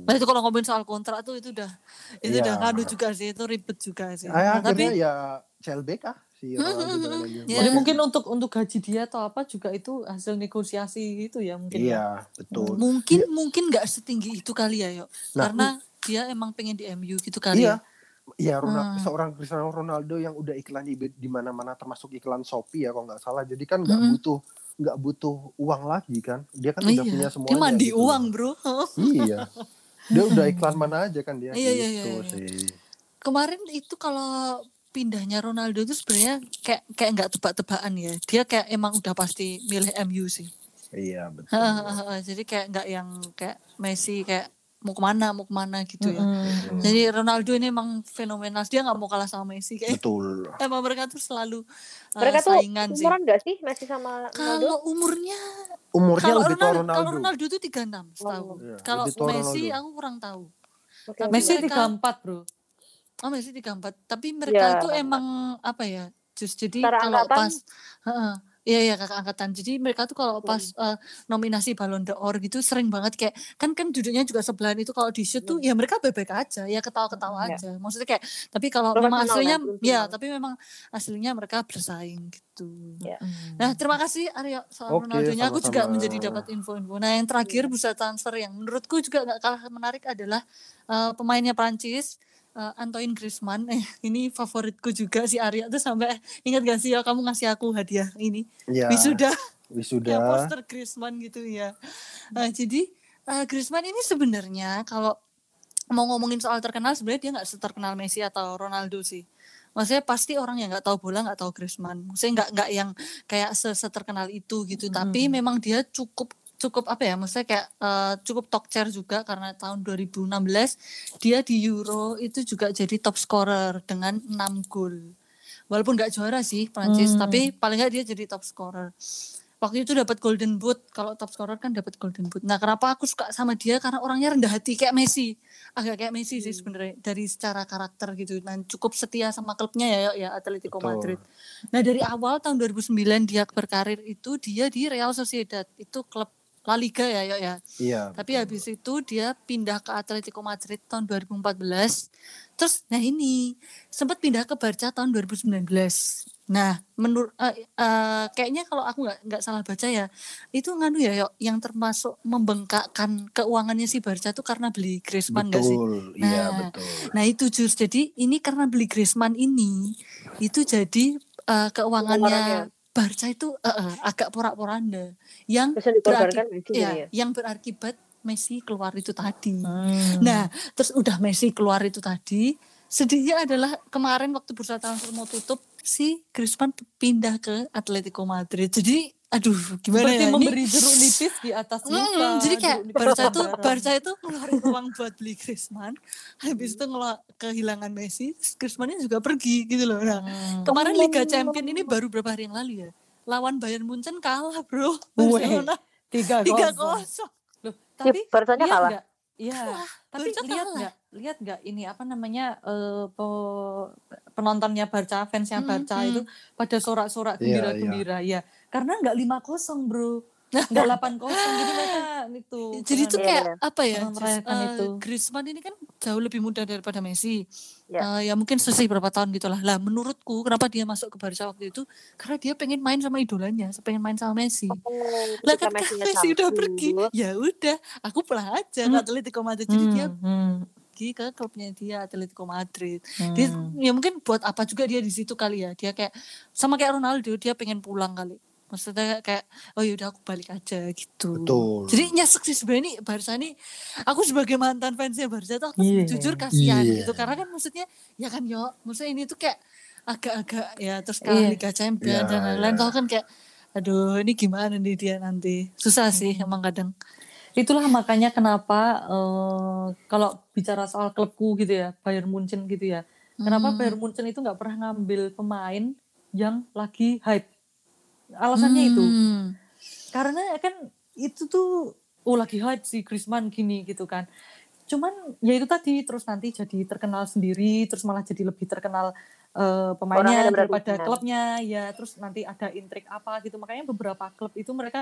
Nah itu kalau ngomongin soal kontrak tuh itu udah itu Iya. udah ngadu juga sih, itu ribet juga sih. Eh, Nah, akhirnya tapi ya C L B K si Ronaldo dengan M U. Iya. Jadi mungkin untuk untuk gaji dia atau apa juga itu hasil negosiasi itu ya mungkin ya. Iya, betul. mungkin Dia- mungkin nggak setinggi itu kali ya, Yok. Nah, Karena dia emang pengen di M U gitu kali Iya. ya. Iya, Ronaldo, Hmm. seorang Cristiano Ronaldo yang udah iklan di, di mana-mana termasuk iklan Shopee ya kalau nggak salah. Jadi kan nggak Mm-mm. butuh nggak butuh uang lagi kan. Dia kan Oh udah iya, punya semuanya. dia mandi gitu. uang, Bro. Iya. Dia udah iklan mana aja kan dia Iya, iya, gitu iya, iya. sih. Kemarin itu kalau pindahnya Ronaldo itu sebenarnya kayak kayak nggak tebak-tebakan ya. Dia kayak emang udah pasti milih M U sih. Iya, betul. Jadi kayak nggak yang kayak Messi kayak mau kemana mau kemana gitu ya. Mm-mm. Jadi Ronaldo ini emang fenomenal. Dia nggak mau kalah sama Messi kayak. Betul. Emang mereka tuh selalu uh, Mereka tuh saingan sih. umuran gak sih Messi sama Ronaldo? Kalau umurnya Umurnya kalau lebih tua Ronaldo, Ronaldo. kalau Ronaldo itu tiga puluh enam setahu. Oh. Iya, Kalau lebih tua Messi Ronaldo. aku kurang tahu. Oke, Tapi oke. Messi mereka- tiga puluh empat bro. Oh Messi tiga puluh empat. Tapi mereka Iya. itu emang apa ya? Just jadi Setara kalau angkatan. pas heeh, iya iya kakak angkatan. Jadi mereka tuh kalau pas uh, nominasi Ballon d'Or gitu sering banget kayak kan kan duduknya juga sebelahan itu kalau di shoot tuh ya mereka baik-baik aja, ya ketawa-ketawa Iya. aja. Maksudnya kayak tapi kalau memang Profesional aslinya kan, profesional. ya tapi memang aslinya mereka bersaing gitu. Iya. Nah, terima kasih Aryo soal Oke, Ronaldonya. Aku juga sama-sama. menjadi dapat info-info. Nah, yang terakhir bursa transfer yang menurutku juga nggak kalah menarik adalah uh, pemainnya Prancis, uh, Antoine Griezmann. Eh, ini favoritku juga si Aryo tuh sampai ingat gak sih ya kamu ngasih aku hadiah ini Iya. wisuda Wisuda. kayak poster Griezmann gitu ya. Nah, jadi uh, Griezmann ini sebenarnya kalau mau ngomongin soal terkenal sebenarnya dia nggak seterkenal Messi atau Ronaldo sih. Maksudnya pasti orang yang nggak tahu bola nggak tahu Griezmann. Maksudnya nggak nggak yang kayak seterkenal itu gitu. Hmm. Tapi memang dia cukup cukup apa ya? Maksudnya kayak uh, cukup talk chair juga karena tahun dua ribu enam belas dia di Euro itu juga jadi top scorer dengan enam gol. Walaupun nggak juara sih Prancis, Hmm. tapi paling nggak dia jadi top scorer. Waktu itu dapat Golden Boot. Kalau top scorer kan dapat Golden Boot. Nah, kenapa aku suka sama dia? Karena orangnya rendah hati kayak Messi. Agak kayak Messi sih sebenarnya dari secara karakter gitu. Dan cukup setia sama klubnya ya ya Atletico Betul. Madrid. Nah, dari awal tahun dua ribu sembilan dia berkarir itu dia di Real Sociedad. Itu klub La Liga ya ya ya. Iya. Tapi habis itu dia pindah ke Atletico Madrid tahun dua ribu empat belas. Terus nah ini sempat pindah ke Barca tahun dua ribu sembilan belas. Nah, menurut uh, uh, kayaknya kalau aku nggak nggak salah baca ya, itu nganu ya Yok, yang termasuk membengkakkan keuangannya si Barca itu karena beli Griezmann nggak sih? Betul. Iya, Nah, betul. Nah itu jus jadi ini karena beli Griezmann ini itu jadi uh, keuangannya Pengeluarannya. Barca itu uh, uh, agak porak-poranda yang Bisa dikorbankan berarti Messi ya, jadi ya. yang berakibat Messi keluar itu tadi. Hmm. Nah, terus udah Messi keluar itu tadi, sedihnya adalah kemarin waktu bursa transfer mau tutup, si Griezmann pindah ke Atletico Madrid. Jadi, aduh, gimana Seperti ya ini? memberi jeruk nipis di atas luka. Mm, jadi kayak jeruk nipis Barca di itu garam. Barca itu ngeluarin uang buat beli Griezmann, habis itu ngelak kehilangan Messi, Griezmann-nya juga pergi gitu loh. Nah, Hmm. kemarin Liga Champions ini baru berapa hari yang lalu ya? Lawan Bayern Munchen kalah, Bro. Weh, Barcelona tiga tiga kosong. kosong. Loh, tapi Barcanya lihat kalah. nggak? Iya. Tapi Barca lihat kalah. nggak? Lihat nggak ini apa namanya eh, pe- penontonnya Barca, fansnya Hmm, Barca hmm. itu pada sorak-sorak Iya, gembira-gembira ya. Karena nggak lima kosong bro, nggak delapan kosong. Jadi mereka itu. Jadi itu Iya, kayak iya. apa ya? Orang merayakan eh, itu. Griezmann ini kan jauh lebih muda daripada Messi. Ya. Eh, ya mungkin selisih berapa tahun gitulah. Lah menurutku kenapa dia masuk ke Barca waktu itu? Karena dia pengen main sama idolanya, pengen main sama Messi. Oh, Lah ketika ketika Messi-nya Messi udah cabut. pergi, ya udah, aku pulang aja ke Hmm. Atletico Madrid. Jadi dia Hmm, hmm, pergi ke klubnya dia Atletico Madrid. Dia, hmm. ya mungkin buat apa juga dia di situ kali ya. Dia kayak sama kayak Ronaldo, dia pengen pulang kali. Maksudnya kayak oh yaudah aku balik aja gitu. Betul. Jadi nyesek sih sebenarnya nih Barca ini, aku sebagai mantan fansnya Barca tuh aku Iya. jujur kasihan Iya. gitu. Karena kan maksudnya ya kan yo, maksudnya ini tuh kayak agak-agak ya terus Iya. kalah Liga Champions Iya, dan lain-lain. iya. Tau kan kayak aduh ini gimana nih dia nanti. Susah sih Hmm. emang kadang. Itulah makanya kenapa eh, kalau bicara soal klubku gitu ya, Bayern Munchen gitu ya. Kenapa Hmm. Bayern Munchen itu nggak pernah ngambil pemain yang lagi hype? Alasannya itu. Hmm. Karena kan itu tuh oh lagi hype si Griezmann gini gitu kan. Cuman ya itu tadi terus nanti jadi terkenal sendiri, terus malah jadi lebih terkenal eh, Orangnya pemainnya ada berat daripada hubungan. klubnya ya, terus nanti ada intrik apa gitu. Makanya beberapa klub itu mereka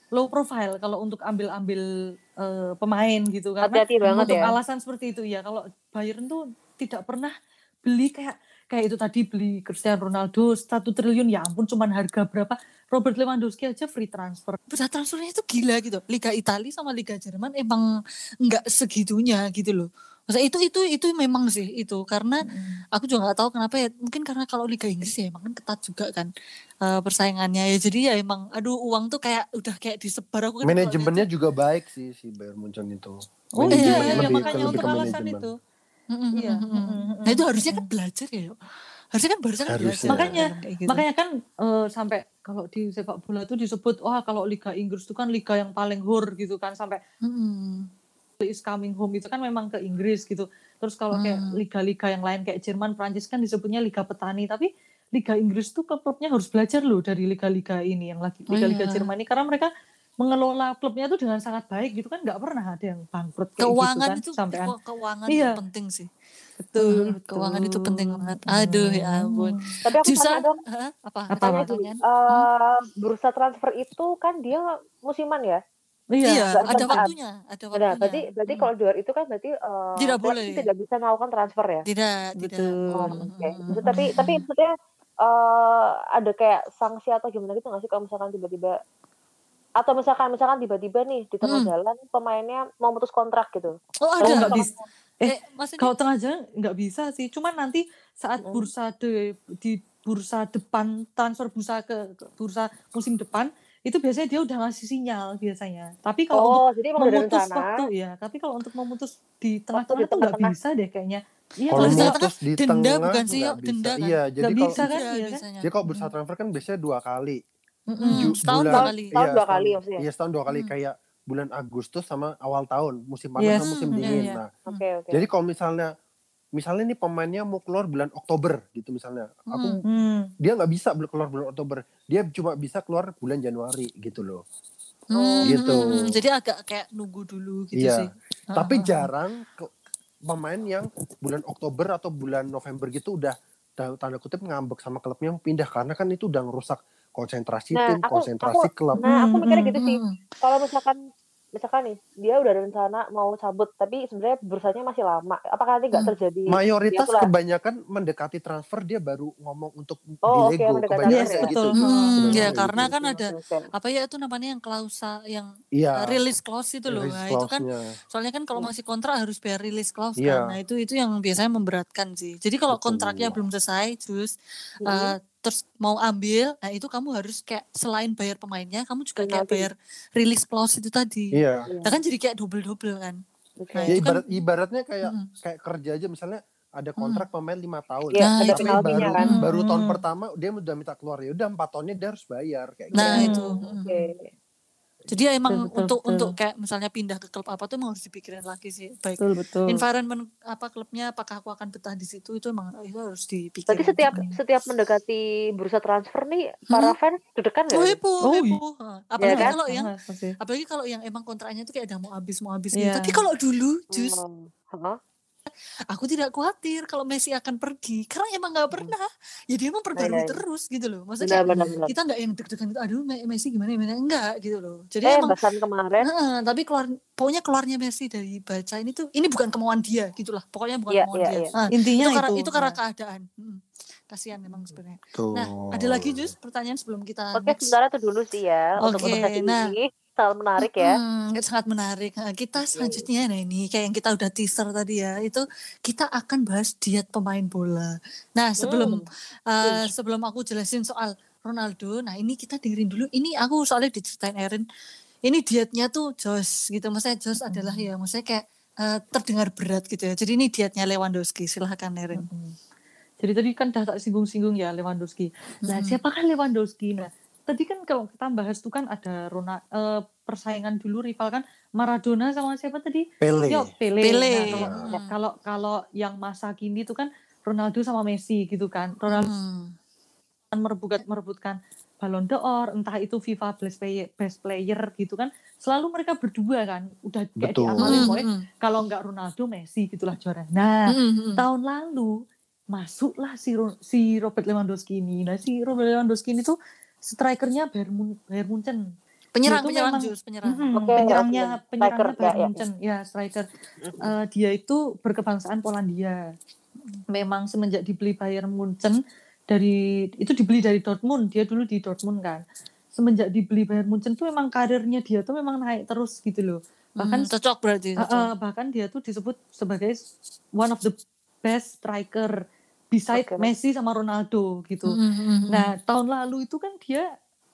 low profile kalau untuk ambil-ambil uh, pemain gitu. Karena hati-hati banget untuk ya. alasan seperti itu ya. Kalau Bayern tuh tidak pernah beli kayak kayak itu tadi beli Cristiano Ronaldo satu triliun ya ampun cuman harga berapa. Robert Lewandowski aja free transfer. Bisa transfernya itu gila gitu. Liga Italia sama Liga Jerman emang nggak segitunya gitu loh. Maksudnya itu itu itu memang sih itu karena hmm. aku juga nggak tahu kenapa ya, mungkin karena kalau Liga Inggris ya emang kan ketat juga kan uh, persaingannya ya, jadi ya emang aduh uang tuh kayak udah kayak disebar. Aku kan manajemennya juga baik sih si Bayern Munchen itu. Oh iya, iya, iya makanya untuk alasan itu. Mm-hmm. Iya. Mm-hmm. Nah itu harusnya kan belajar ya, yuk. Harusnya kan barusan kan belajar. Makanya, kan, gitu. makanya kan uh, sampai kalau di sepak bola itu disebut wah kalau Liga Inggris itu kan liga yang paling hur gitu kan sampai. Mm-hmm. Is coming home itu kan memang ke Inggris gitu. Terus kalau kayak hmm. liga-liga yang lain kayak Jerman, Prancis kan disebutnya liga petani. Tapi Liga Inggris tuh klub-klubnya harus belajar loh dari liga-liga ini yang lagi liga-liga oh, iya. Jerman ini karena mereka mengelola klubnya tuh dengan sangat baik gitu kan, nggak pernah ada yang bangkrut kayak keuangan gitu kan. Itu, sampai keuangan iya. itu penting sih. Betul, hmm, betul. Keuangan itu penting banget. Aduh ya ampun. Tapi aku Jusa, tanya dong. huh? Apa? Apa? Tanya, uh, bursa transfer itu kan dia musiman ya? Iya, iya ada waktunya, ada waktunya. Nah, berarti berarti hmm. kalau di luar itu kan berarti uh, tidak boleh, tidak bisa melakukan transfer ya? Tidak, Betul. tidak. Oh, oke. Okay. Maksud, tapi tapi maksudnya uh, ada kayak sanksi atau gimana gitu nggak sih kalau misalkan tiba-tiba atau misalkan misalkan tiba-tiba nih di tengah hmm. jalan pemainnya mau putus kontrak gitu? Oh ada nggak bisa? Eh, eh kalau tengah jalan nggak bisa sih. Cuman nanti saat hmm. bursa de, di bursa depan transfer bursa ke, ke bursa musim depan itu biasanya dia udah ngasih sinyal biasanya. Tapi kalau oh, untuk memutus waktu ya, tapi kalau untuk memutus di tengah-tengah itu nggak bisa deh kayaknya. Iya, kalau memutus di denda tengah bukan sih, nggak denda bisa. kan? Iya, jadi kalau bisa kan, iya, kan? Jadi kalau bursa transfer kan biasanya dua kali. Mm-hmm. Ju, setahun bulan, dua kali. Setahun iya, dua kali maksudnya. Iya, setahun dua kali hmm. kayak bulan Agustus sama awal tahun, musim panas yes. sama musim hmm, dingin. iya, Nah, okay, okay. jadi kalau misalnya misalnya nih pemainnya mau keluar bulan Oktober gitu misalnya, aku hmm. dia nggak bisa keluar bulan Oktober, dia cuma bisa keluar bulan Januari gitu loh. Hmm, gitu. Jadi agak kayak nunggu dulu gitu iya. sih. Tapi uh-huh. jarang ke, pemain yang bulan Oktober atau bulan November gitu udah tanda kutip ngambek sama klubnya pindah karena kan itu udah ngerusak konsentrasi nah, tim, aku, konsentrasi aku, klub. Nah, aku mikirnya hmm, gitu sih. Hmm. Kalau misalkan misalkan nih dia udah ada rencana mau cabut tapi sebenarnya bursanya masih lama, apakah nanti nggak hmm. terjadi? Mayoritas kebanyakan mendekati transfer dia baru ngomong untuk oh, dilego okay, kebanyakan yes, gitu. Hmm, ya karena gitu. Kan ada apa ya itu namanya yang klausa yang ya, uh, release clause itu loh. Nah, itu kan soalnya kan kalau masih kontrak harus bayar release clause ya. kan. Nah, itu itu yang biasanya memberatkan sih. Jadi kalau Betul. kontraknya belum selesai terus hmm. uh, terus mau ambil, nah itu kamu harus kayak selain bayar pemainnya, kamu juga kayak bayar release clause itu tadi. Iya. Nah kan jadi kayak double-double kan. Okay. Nah, ya, ibarat, kan, ibaratnya kayak hmm. kayak kerja aja misalnya ada kontrak hmm. pemain lima tahun. Ya, nah, ada tapi baru kan. baru hmm. tahun pertama dia udah minta keluar ya udah empat tahunnya dia harus bayar kayak gitu. Nah gitu. itu. Oke. Okay. Jadi ya emang betul, untuk betul. untuk kayak misalnya pindah ke klub apa tuh emang harus dipikirin lagi sih. Baik betul, betul. environment apa klubnya, apakah aku akan betah di situ itu emang itu harus dipikirin. Berarti setiap juga. setiap mendekati bursa transfer nih hmm? para fans deg-degan nggak? Oh heboh, oh, heboh. Apalagi ya, kan? kalau yang Masih. apalagi kalau yang emang kontraknya tuh kayak udah mau habis mau habis yeah. gitu. Tapi kalau dulu jus hmm. huh? aku tidak khawatir kalau Messi akan pergi karena emang nggak pernah ya dia emang perbarui terus gitu loh maksudnya benar, benar, kita nggak yang deg-degan gitu aduh Messi gimana gimana enggak gitu loh jadi eh, emang kemarin nah, tapi keluar pokoknya keluarnya Messi dari baca ini tuh ini bukan kemauan dia gitulah pokoknya bukan yeah, kemauan yeah, dia yeah. Nah, intinya itu karena itu, itu karena ya. keadaan hmm. kasihan memang sebenarnya. Tuh. Nah ada lagi Jus pertanyaan sebelum kita oke sebenarnya itu dulu sih ya okay, untuk konversasi nah, ini sangat menarik ya. Hmm, sangat menarik. Nah, kita selanjutnya nah ini kayak yang kita udah teaser tadi ya, itu kita akan bahas diet pemain bola. Nah, sebelum hmm. uh, sebelum aku jelasin soal Ronaldo, nah ini kita dengerin dulu. Ini aku soalnya diceritain Erin. Ini dietnya tuh jos gitu. Maksudnya jos hmm. adalah ya, maksudnya kayak uh, terdengar berat gitu ya. Jadi ini dietnya Lewandowski. Silahkan Erin. Hmm. Jadi tadi kan udah tak singgung-singgung ya Lewandowski. Nah, hmm. siapakah Lewandowski? Nah, tadi kan kalau kita bahas tuh kan ada Rona, uh, persaingan dulu rival kan Maradona sama siapa tadi? Pele. Yo, Pele. Pele. Nah, kalau, hmm. kalau kalau yang masa kini itu kan Ronaldo sama Messi gitu kan. Ronaldo hmm. merebutkan merebutkan Ballon d'Or, entah itu FIFA Best Player, Best Player gitu kan. Selalu mereka berdua kan udah kayak diamalin hmm. hmm. kalau enggak Ronaldo Messi gitulah juara. Nah, hmm. Hmm. tahun lalu masuklah si si Robert Lewandowski ini. Nah, si Robert Lewandowski ini tuh strikernya Bayern Munchen. Penyerang, Dia tuh penyerang memang jus, penyerang. mm-mm, Oke, penyerangnya oke. penyerangnya Striker, ya, Bayern ya. Munchen, ya striker. Eh, dia itu berkebangsaan Polandia. Memang semenjak dibeli Bayern Munchen dari itu dibeli dari Dortmund, dia dulu di Dortmund kan. Semenjak dibeli Bayern Munchen tuh memang karirnya dia tuh memang naik terus gitu loh. Bahkan Hmm, cocok berarti. uh, Cocok. uh, bahkan dia tuh disebut sebagai one of the best striker beside Oke. Messi sama Ronaldo gitu. Hmm, hmm, hmm. Nah, tahun lalu itu kan dia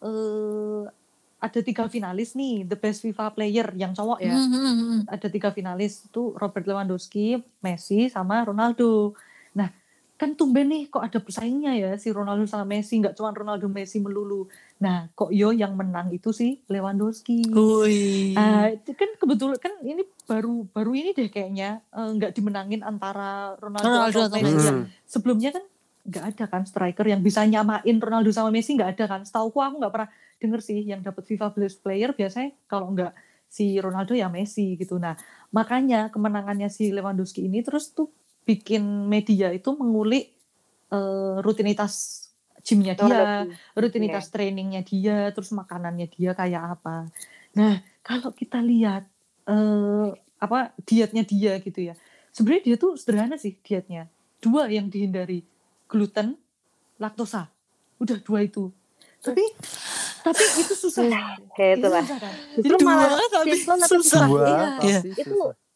uh, ada tiga finalis nih, the best FIFA player yang cowok ya. Hmm, hmm, hmm. Ada tiga finalis itu Robert Lewandowski, Messi sama Ronaldo. Nah, kan tumben nih kok ada pesaingnya ya si Ronaldo sama Messi, nggak cuma Ronaldo Messi melulu. Nah, kok yo yang menang itu si Lewandowski. Ui. Ah, itu kan kebetulan kan ini baru baru ini deh kayaknya eh, nggak dimenangin antara Ronaldo, Ronaldo atau atau Messi. Messi. Ya. Sebelumnya kan nggak ada kan striker yang bisa nyamain Ronaldo sama Messi, nggak ada kan. Setauku aku nggak pernah denger sih yang dapat FIFA Best Player biasanya kalau nggak si Ronaldo ya Messi gitu. Nah, makanya kemenangannya si Lewandowski ini terus tuh bikin media itu mengulik uh, rutinitas gymnya dia, rutinitas yeah. trainingnya dia, terus makanannya dia kayak apa. Nah, kalau kita lihat uh, apa dietnya dia gitu ya, sebenarnya dia tuh sederhana sih dietnya. Dua yang dihindari, gluten, laktosa. Udah dua itu. Tapi tapi itu susah. Kayak itu lah. Kan? Jadi malah tapi susah. Dua, iya. Itu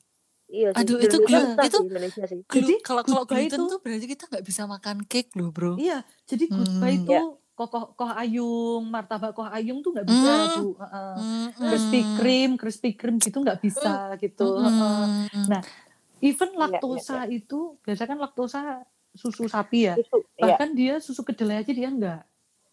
iya sih. Aduh itu gluten itu Indonesia sih. Jadi kalau kalau gluten itu, tuh berarti kita nggak bisa makan cake loh bro. Iya. Jadi goodbye hmm. itu ya. Kokoh koh ayung, martabak koh ayung tuh nggak bisa mm. bu. Uh, mm. Krispy Kreme, Krispy Kreme gitu nggak bisa mm. gitu. Mm. Uh, nah, even laktosa ya, ya, ya. itu biasa kan laktosa susu sapi ya. Susu, bahkan ya. dia susu kedelai aja dia nggak.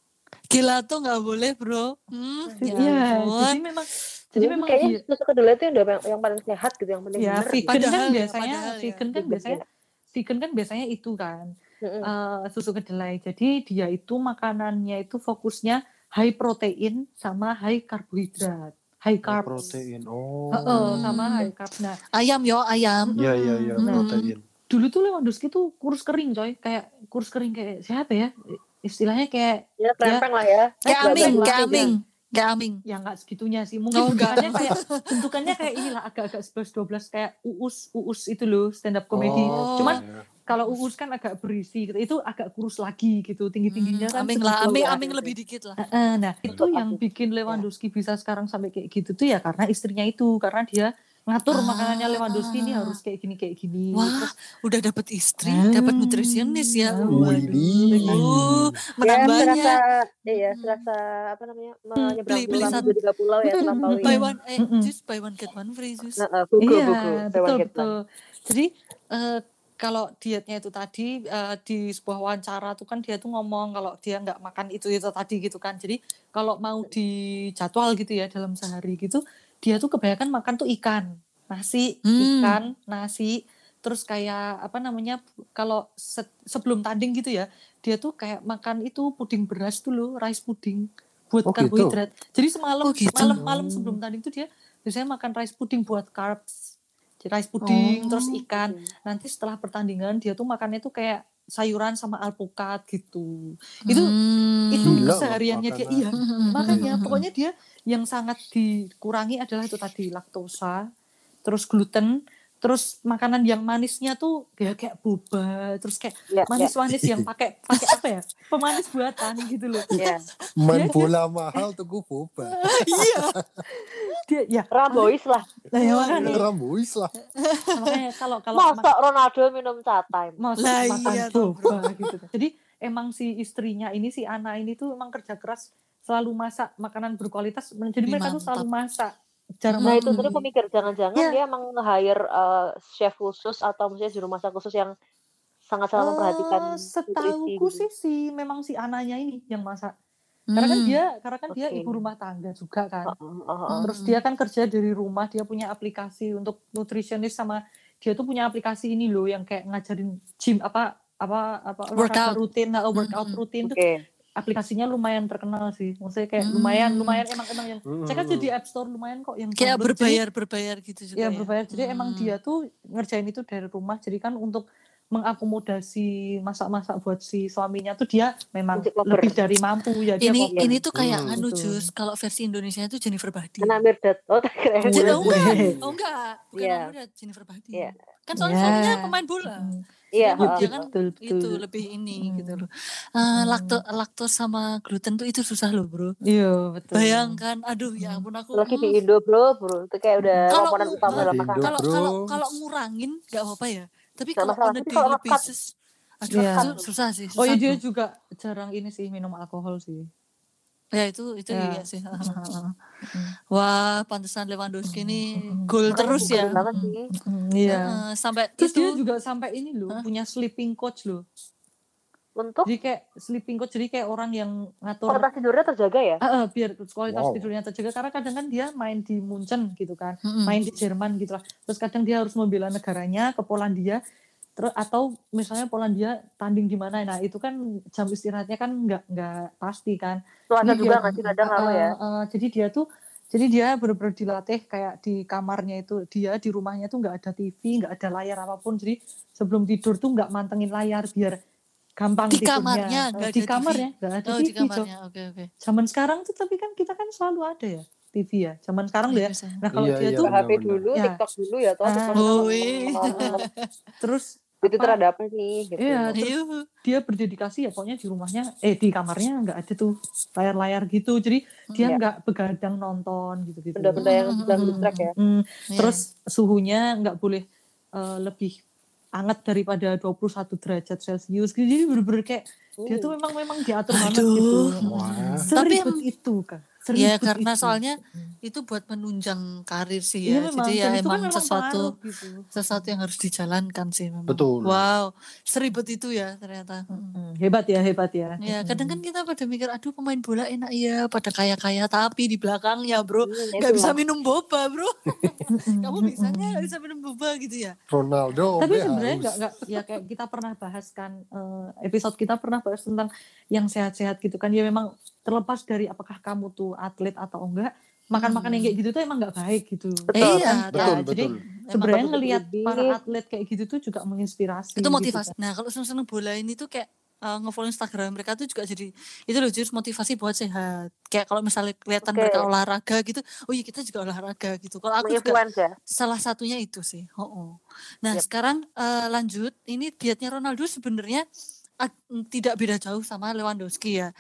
Gila tuh nggak boleh bro. Hmm, ya, ya jadi memang jadi memang kayaknya dia, susu kedelai itu yang, yang paling sehat gitu, yang paling ya, benar. Vegan Padahal, kan biasanya, padahal, vegan ya. kan biasanya, vegan kan biasanya itu kan mm-hmm. uh, susu kedelai. Jadi dia itu makanannya itu fokusnya high protein sama high karbohidrat, high carb. Protein, oh. Uh-uh, sama high carb. Nah, ayam yo ayam. Iya iya iya protein. Dulu tuh Lewandowski tuh kurus kering coy, kayak kurus kering kayak siapa ya? Istilahnya kayak ya krempeng lah ya. Kayak aming, kayak aming. Kayak aming. Ya enggak segitunya sih. Mungkin oh, bentukannya kayak bentukannya kayak inilah agak-agak sebelas dua belas kayak Uus, Uus itu loh stand up comedy. Oh, Cuman ya. Kalau Uus kan agak berisi gitu. Itu agak kurus lagi gitu. Tinggi-tingginya kan. Hmm, aming lah, aming, aming lebih dikit lah. Nah, itu yang bikin Lewandowski bisa sekarang sampai kayak gitu tuh ya karena istrinya itu, karena dia ngatur ah. makanannya Lewandowski ini harus kayak gini kayak gini. Wah, terus, udah dapet istri, ah. dapat nutrisionis ya. Waduh. Menambahnya. Ya, serasa, ya, serasa apa namanya menyeberang pulau satu tiga pulau ya terlampaui. Buy one, eh, just buy one get one free just. Nah, buku, iya, buku, betul betul. Jadi uh, kalau dietnya itu tadi uh, di sebuah wawancara tuh kan dia tuh ngomong kalau dia nggak makan itu itu tadi gitu kan. Jadi kalau mau dijadwal gitu ya dalam sehari gitu. Dia tuh kebanyakan makan tuh ikan, nasi, hmm. ikan, nasi, terus kayak apa namanya kalau se- sebelum tanding gitu ya, dia tuh kayak makan itu puding beras tuh loh, rice pudding buat oh, karbohidrat. Gitu? Jadi semalam, oh, gitu? malam-malam sebelum tanding tuh dia biasanya makan rice pudding buat carbs, rice pudding, oh. terus ikan. Nanti setelah pertandingan dia tuh makannya tuh kayak sayuran sama alpukat gitu. Itu hmm. itu Gila, kesehariannya dia. Iya, makanya pokoknya dia yang sangat dikurangi adalah itu tadi laktosa, terus gluten, terus makanan yang manisnya tuh ya kayak boba, terus kayak ya, manis-manis ya. yang pakai pakai apa ya? Pemanis buatan gitu loh. Iya. Main bola mahal tuh gue boba. Iya. Dia ya Rambois lah. Nah, ya makanya Rambois lah. Makanya kalau kalau Masa Ronaldo minum cat time. Masa makan iya, boba gitu. Jadi emang si istrinya ini si Ana ini tuh emang kerja keras, selalu masak makanan berkualitas. Jadi mereka tuh selalu masak. Jarang nah itu tadi aku mikir jangan-jangan ya. dia emang nge-hire uh, chef khusus atau misalnya juru masak khusus yang sangat-sangat uh, memperhatikan setahuku sih si memang si Ananya ini yang masak. Hmm. Karena kan dia karena kan okay. dia ibu rumah tangga juga kan. Uh, uh, uh, Terus dia kan kerja dari rumah, dia punya aplikasi untuk nutritionist sama dia tuh punya aplikasi ini loh yang kayak ngajarin gym apa apa apa workout rutin, nah, workout hmm. rutin tuh. Okay. Aplikasinya lumayan terkenal sih, maksudnya kayak hmm. lumayan lumayan emang emang yang hmm. saya kan jadi App Store lumayan kok yang kayak berbayar jadi, berbayar gitu juga ya, ya. berbayar jadi hmm. emang dia tuh ngerjain itu dari rumah, jadi kan untuk mengakomodasi masak-masak buat si suaminya tuh dia memang Music lover. lebih dari mampu ya dia Ini kok. ini tuh kayak Hmm. anu Betul. Jus, kalau versi Indonesia itu Jennifer Bahdi. Anna Mirdad. Oh, tak kira. Jen- Weh, oh enggak, weh. oh enggak, bukan Iya. Anna Mirdad, Jennifer Bahdi. Iya. Kan soalnya Ya. suaminya pemain bola. Mm. Iya, Jadi emang heeh. dia kan Betul, betul. itu lebih ini Hmm. gitu loh. Eh, Hmm. lakto laktos sama gluten tuh itu susah loh, Bro. Iya, betul. Bayangkan, aduh ya Hmm. ampun aku. Lagi di mm, Indo, Bro, Bro. Itu kayak udah Kalau komponen mu- utama Di dalam Indo, makanan. kalau bro. kalau kalau ngurangin nggak apa-apa ya. Tapi Nggak kalau masalah. on a Tapi kalau daily ngekat, basis, aduh Iya. itu susah sih, Oh iya susah dia bro. juga jarang ini sih minum alkohol sih. Ya itu itu Ya. iya sih. Mm. Wah, pantesan Lewandowski ini Mm. gol makanya terus bugar ya. banget Mm. sih. Mm, Iya. Heeh, sampai Terus itu dia juga sampai ini loh Hah? punya sleeping coach loh. Untuk Jadi kayak sleeping coach jadi kayak orang yang ngatur kualitas tidurnya terjaga ya? ah, ah, biar kualitas Wow. tidurnya terjaga karena kadang kan dia main di Munchen gitu kan, Mm-mm. main di Jerman gitu lah. Terus kadang dia harus membela negaranya ke Polandia. Terus atau misalnya Polandia tanding di mana, nah itu kan jam istirahatnya kan nggak nggak pasti kan. Cuaca Jadi juga dia- nggak sih kadang uh, ngaruh ya? uh, jadi dia tuh jadi dia benar-benar dilatih kayak di kamarnya itu dia di rumahnya tuh nggak ada T V, nggak ada layar apapun. Jadi sebelum tidur tuh nggak mantengin layar biar gampang Di tidurnya. kamarnya Uh, nggak di ada T V. kamarnya nggak ada Oh, T V. di kamarnya. Oke, oke. Jo. Zaman sekarang tuh tapi kan kita kan selalu ada ya T V ya. Zaman sekarang loh ya. Biasanya. Nah kalau Iya, dia iya, tuh Buka H P benar-benar. dulu, Ya. TikTok dulu ya, toh Ah. TikTok Oh, dulu. iya. terus Di Twitter apa, ada apa nih? Gitu. iya terus Ayo. dia berdedikasi ya pokoknya di rumahnya eh di kamarnya nggak ada tuh layar-layar gitu. Jadi dia Iya. nggak begadang nonton gitu-gitu. Benda-benda yang sedang Hmm. distract ya. Hmm, Iya. terus suhunya nggak boleh eh, lebih hangat daripada dua puluh satu derajat Celcius gitu. Jadi bener-bener kayak dia tuh memang memang diatur banget Aduh. gitu. Wah. Tapi Seribet em- itu kan. Ya Seribet karena itu. soalnya Hmm. itu buat menunjang karir sih Iya ya. memang, Jadi ya dan itu kan emang memang sesuatu pengaruh gitu. sesuatu yang harus dijalankan sih memang. Betul. Wow, seribet itu ya ternyata. Hmm, hebat ya, hebat ya. Ya kadang kan kita pada mikir, aduh pemain bola enak ya, pada kaya-kaya tapi di belakangnya bro Hmm, nggak itu bisa lah. minum boba bro. Hmm, Kamu bisanya nggak bisa minum boba gitu ya? Ronaldo Tapi sampai sebenarnya haus. nggak nggak ya kayak kita pernah bahas kan eh, episode kita pernah bahas tentang yang sehat-sehat gitu kan ya memang terlepas dari apakah kamu tuh atlet atau enggak makan-makan yang kayak gitu tuh emang nggak baik gitu. Betul. Iya, Betul, Ya, jadi betul. sebenarnya bagus ngelihat berlebih. para atlet kayak gitu tuh juga menginspirasi. Itu motivasi. Gitu kan. Nah kalau seneng-seneng bola ini tuh kayak uh, nge-follow Instagram mereka tuh juga jadi itu loh justru motivasi buat sehat. Kayak kalau misalnya kelihatan Oke. mereka olahraga gitu, oh iya kita juga olahraga gitu. Kalau aku juga Menginfluence ya. salah satunya itu sih. Oh, oh. Nah Yep. sekarang uh, lanjut, ini dietnya Ronaldo sebenarnya ag- tidak beda jauh sama Lewandowski ya.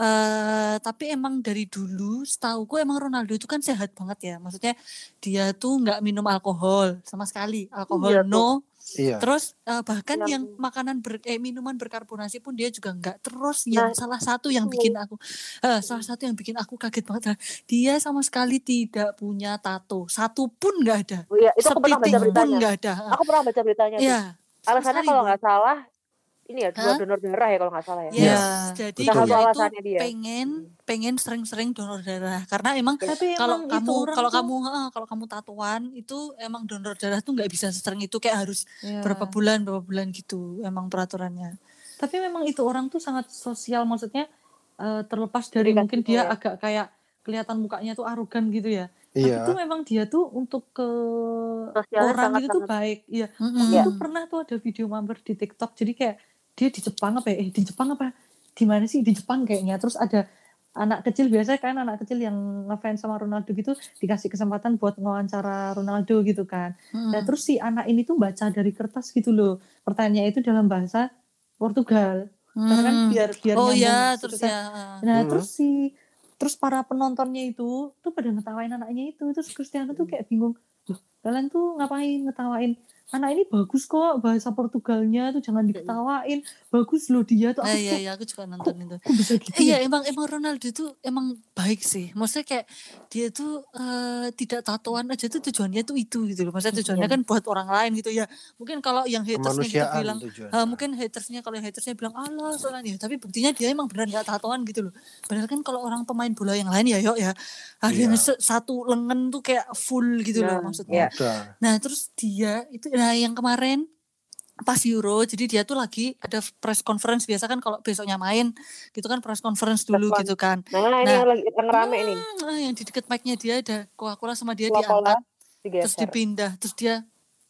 Eh tapi emang dari dulu setauku emang Ronaldo itu kan sehat banget ya. Maksudnya dia tuh nggak minum alkohol sama sekali. Alkohol Iya tuh. no. Iya. Terus eh, bahkan Yang- yang makanan ber, eh, minuman berkarbonasi pun dia juga nggak. Terus yang Nah, salah satu yang itu. bikin aku eh, salah satu yang bikin aku kaget banget adalah dia sama sekali tidak punya tato. Satu pun nggak ada. Oh iya, itu aku pernah baca Sepiting pun beritanya. nggak ada. Aku pernah baca beritanya tuh. Ya. Alasannya sekali, kalau Bro. nggak salah, ini ya, Hah? donor darah ya kalau nggak salah ya. Yes, Iya, jadi betul. dia Itu itu alasannya dia. pengen pengen sering-sering donor darah karena emang Tapi kalau emang itu kamu orang kalau tuh- kamu eh, kalau kamu tatoan itu emang donor darah tuh nggak bisa sesering itu kayak harus Ya. berapa bulan berapa bulan gitu emang peraturannya. Tapi memang itu orang tuh sangat sosial maksudnya eh, terlepas dari Dikasih mungkin dia ya. agak kayak kelihatan mukanya tuh arogan gitu ya. Tapi Iya. tuh memang dia tuh untuk ke Sosialnya orang itu tuh sangat-sangat. baik. Iya. Mm-mm. Waktu Iya. itu pernah tuh ada video mampir di TikTok. Jadi kayak dia di Jepang apa ya? Eh di Jepang apa? Di mana sih? Di Jepang kayaknya. Terus ada anak kecil biasa kan anak kecil yang ngefans sama Ronaldo gitu dikasih kesempatan buat ngawancara Ronaldo gitu kan. Mm-mm. Nah terus si anak ini tuh baca dari kertas gitu loh. Pertanyaannya itu dalam bahasa Portugal. Karena kan Hmm. biar biar Oh nyambung ya gitu terus kan. ya. Nah Hmm. terus si terus para penontonnya itu tuh pada ngetawain anaknya itu. Terus Cristiano tuh kayak bingung, loh kalian tuh ngapain ngetawain anak ini bagus kok bahasa Portugalnya tuh jangan diketawain, bagus loh dia tuh. Nah, Aku iya kayak iya aku juga nonton itu. kok bisa gitu Iya ya? emang emang Ronaldo itu emang baik sih. Maksudnya kayak dia tuh eh, tidak tatoan aja tuh tujuannya tuh itu gitu loh. Maksudnya tujuannya Iya. kan buat orang lain gitu ya. Mungkin kalau yang hatersnya gitu Kemanusiaan bilang tujuannya. ah, mungkin hatersnya kalau hatersnya bilang Allah soalnya ya. Tapi buktinya dia emang benar nggak tatoan gitu loh. Padahal kan kalau orang pemain bola yang lain ya yuk ya ada yang Iya. se- satu lengan tuh kayak full gitu loh Nah, maksudnya. iya. Udah. Nah terus dia itu nah yang kemarin pas Euro jadi dia tuh lagi ada press conference biasa kan kalau besoknya main gitu kan press conference dulu Depan. gitu kan. Nah, ini Nah. yang lagi yang rame nih. Hmm, yang di deket mic-nya dia ada Coca-Cola sama dia Coca-Cola diangkat terus digeser. dipindah terus dia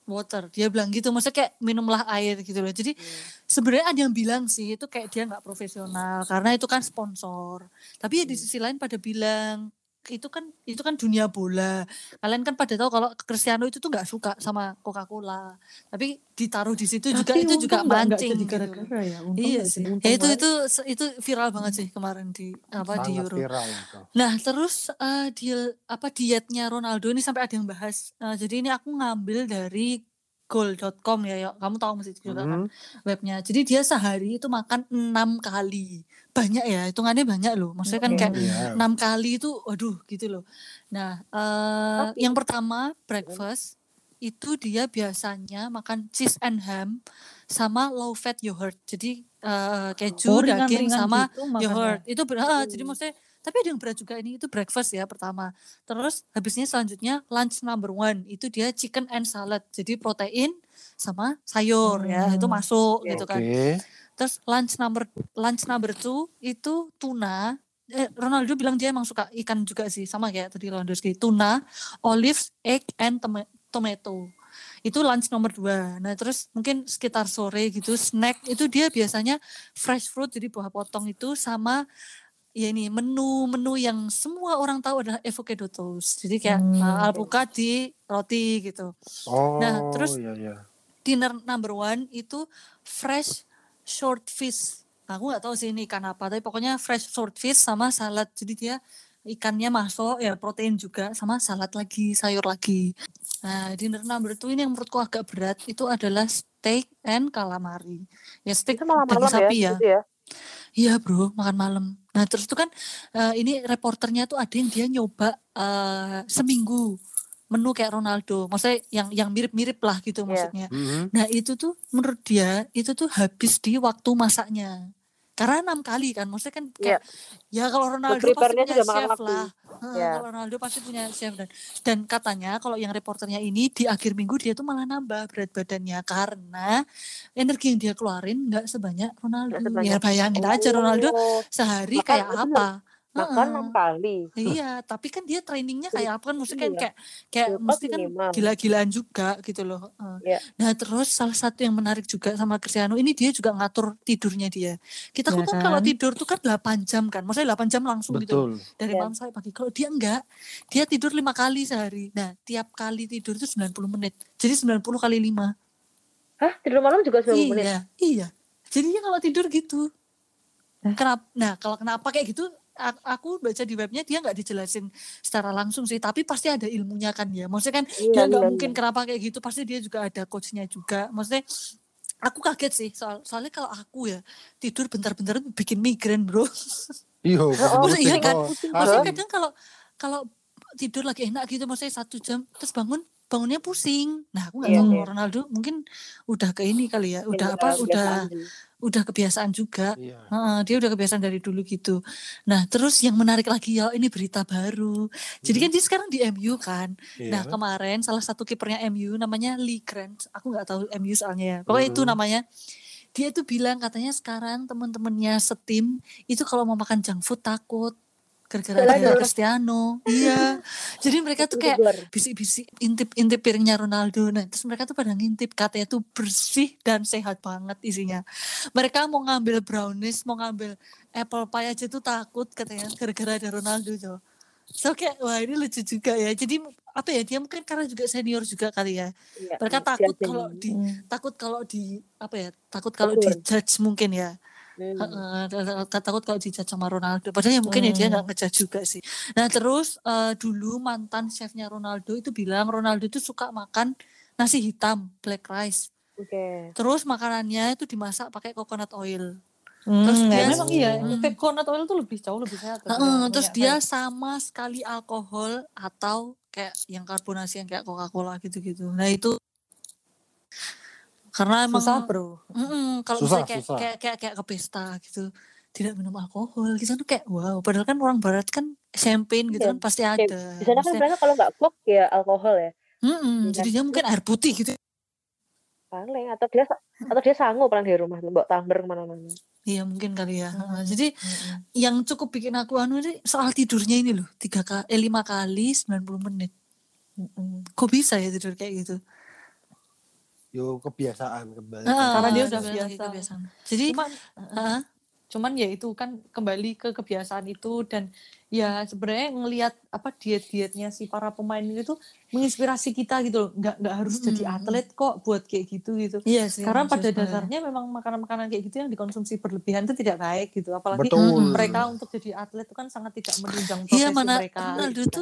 water. Dia bilang gitu, maksudnya kayak minumlah air gitu loh. Jadi hmm. sebenarnya ada yang bilang sih itu kayak dia nggak profesional karena itu kan sponsor. Tapi ya di sisi lain pada bilang itu kan itu kan dunia bola. Kalian kan pada tahu kalau Cristiano itu tuh nggak suka sama Coca-Cola. Tapi ditaruh di situ juga Tapi itu juga enggak, mancing enggak gitu. Gara-gara ya. Untung iya enggak sih. jadi Ya itu itu itu viral banget sih kemarin di apa Sangat di Euro. Viral itu. Nah, terus uh, deal apa dietnya Ronaldo ini sampai ada yang bahas. Uh, jadi ini aku ngambil dari goal dot com ya, yuk. Kamu tahu mesti juga hmm. kan webnya. Jadi dia sehari itu makan enam kali. Banyak ya, hitungannya banyak loh. Maksudnya kan kayak yeah. enam kali itu waduh gitu loh. Nah, uh, yang pertama breakfast itu dia biasanya makan cheese and ham sama low fat yogurt. Jadi uh, keju, oh, daging sama gitu, yogurt. Itu berat. Hmm. Jadi maksudnya tapi ada yang berat juga ini itu breakfast ya pertama. Terus habisnya selanjutnya lunch number one itu dia chicken and salad. Jadi protein sama sayur hmm. ya itu masuk okay. gitu kan. Terus lunch number lunch number two itu tuna. Eh, Ronaldo bilang dia emang suka ikan juga sih sama kayak tadi Lewandowski. Tuna, olives, egg and tom- tomato. Itu lunch nomor dua. Nah terus mungkin sekitar sore gitu snack itu dia biasanya fresh fruit jadi buah potong itu sama ya ini menu-menu yang semua orang tahu adalah avocado toast. Jadi kayak hmm. uh, alpukat di roti gitu. Oh, nah terus iya, iya. dinner number one itu fresh short fish. Nah, aku nggak tahu sih ini ikan apa, tapi pokoknya fresh short fish sama salad. Jadi dia ikannya masuk ya protein juga sama salad lagi sayur lagi. Nah dinner number two ini yang menurutku agak berat itu adalah steak and calamari. Ya steak daging sapi ya. Gitu ya. Iya bro, makan malam. Nah terus itu kan uh, ini reporternya tuh ada yang dia nyoba uh, seminggu menu kayak Ronaldo. Maksudnya yang yang mirip-mirip lah gitu yeah. maksudnya. Mm-hmm. Nah itu tuh menurut dia itu tuh habis di waktu masaknya. Karena enam kali kan, maksudnya kan kayak yeah. ya kalau Ronaldo pasti punya chef lah. Yeah. Kalau Ronaldo pasti punya chef dan dan katanya kalau yang reporternya ini di akhir minggu dia tuh malah nambah berat badannya karena energi yang dia keluarin nggak sebanyak Ronaldo. Sebanyak. Ya bayangin oh. aja Ronaldo sehari Makan, kayak apa? Makan enam uh-uh. kali. Iya, tapi kan dia trainingnya kayak apa kan? Mesti kan kayak kayak mesti kan gila-gilaan juga gitu loh. Uh. Yeah. Nah terus salah satu yang menarik juga sama Cristiano ini dia juga ngatur tidurnya dia. Kita ya, kan, kan kalau tidur tuh kan delapan jam kan, maksudnya delapan jam langsung Betul. gitu dari yeah. malam sampai pagi. Kalau dia enggak, dia tidur lima kali sehari. Nah tiap kali tidur itu sembilan puluh menit. Jadi sembilan puluh kali lima. Hah? Tidur malam juga sembilan puluh iya, menit? Iya, iya. Jadinya kalau tidur gitu. Kenapa? Nah kalau kenapa kayak gitu? Aku baca di webnya dia nggak dijelasin secara langsung sih, tapi pasti ada ilmunya kan ya. Maksudnya kan iya, dia nggak iya, mungkin iya. kenapa kayak gitu, pasti dia juga ada coachnya juga. Maksudnya aku kaget sih soal soalnya kalau aku ya tidur bentar-bentar bikin migrain bro. Iya, oh, iya kan. Maksudnya kadang kalau kalau tidur lagi enak gitu, maksudnya satu jam terus bangun bangunnya pusing. Nah aku nggak iya, tahu iya. Ronaldo mungkin udah ke ini kali ya, udah ya, apa udah udah kebiasaan juga. Iya. Uh, dia udah kebiasaan dari dulu gitu. Nah terus yang menarik lagi ya ini berita baru. Jadi hmm. kan dia sekarang di M U kan. Iya. Nah kemarin salah satu kipernya M U namanya Lee Grant. Aku nggak tahu M U soalnya. Pokoknya hmm. itu namanya. Dia tuh bilang katanya sekarang teman-temannya setim itu kalau mau makan junk food takut. Gara-gara ada Cristiano. Iya. Jadi mereka tuh kayak bisik-bisik intip-intip piringnya Ronaldo. Nah, terus mereka tuh pada ngintip katanya tuh bersih dan sehat banget isinya. Mereka mau ngambil brownies, mau ngambil apple pie aja tuh takut katanya gara-gara ada Ronaldo tuh. So kayak wah ini lucu juga ya. Jadi apa ya dia mungkin karena juga senior juga kali ya. ya mereka takut kalau di hmm. takut kalau di apa ya? Takut kalau di judge mungkin ya. Hmm. Uh, takut kalau dijudge sama Ronaldo. Padahal ya mungkin hmm. ya dia nggak ngejudge juga sih. Nah terus uh, dulu mantan chefnya Ronaldo itu bilang Ronaldo itu suka makan nasi hitam black rice. Okay. Terus makanannya itu dimasak pakai coconut oil. Hmm, terus dia memang iya, hmm. coconut oil tuh lebih jauh lebih sehat. Uh, terus dia sama sekali alkohol atau kayak yang karbonasi yang kayak Coca-Cola gitu-gitu. Nah itu karena emang susah bro. Kalau misalnya kayak, kayak kayak kayak ke pesta gitu tidak minum alkohol gitu tuh kayak wow. Padahal kan orang barat kan champagne gitu ya, kan pasti ada. Di sana kan mereka kalau nggak kok ya alkohol ya. Hmm, jadi dia mungkin air putih gitu. Paling atau dia atau dia sanggup pulang dari rumah bawa tumbler kemana-mana. Iya mungkin kali ya. Hmm. Jadi hmm. yang cukup bikin aku anu ini soal tidurnya ini loh tiga kali eh lima kali sembilan puluh menit. Hmm. Kok bisa ya tidur kayak gitu? Yo kebiasaan kembali. Heeh, Karena dia Ah, udah kembali lagi biasa. kebiasaan. Jadi, Cuman heeh. cuman ya itu kan kembali ke kebiasaan itu, dan ya sebenarnya ngelihat apa diet-dietnya si para pemain ini tuh menginspirasi kita gitu loh. Nggak nggak harus jadi Mm-mm. atlet kok buat kayak gitu gitu. Iya sih, Karena emang pada sih sebenarnya. dasarnya memang makanan-makanan kayak gitu yang dikonsumsi berlebihan itu tidak baik gitu. Apalagi Betul. mereka untuk jadi atlet itu kan sangat tidak menunjang Iya, profesi mana mereka. Ronaldo gitu kan. tuh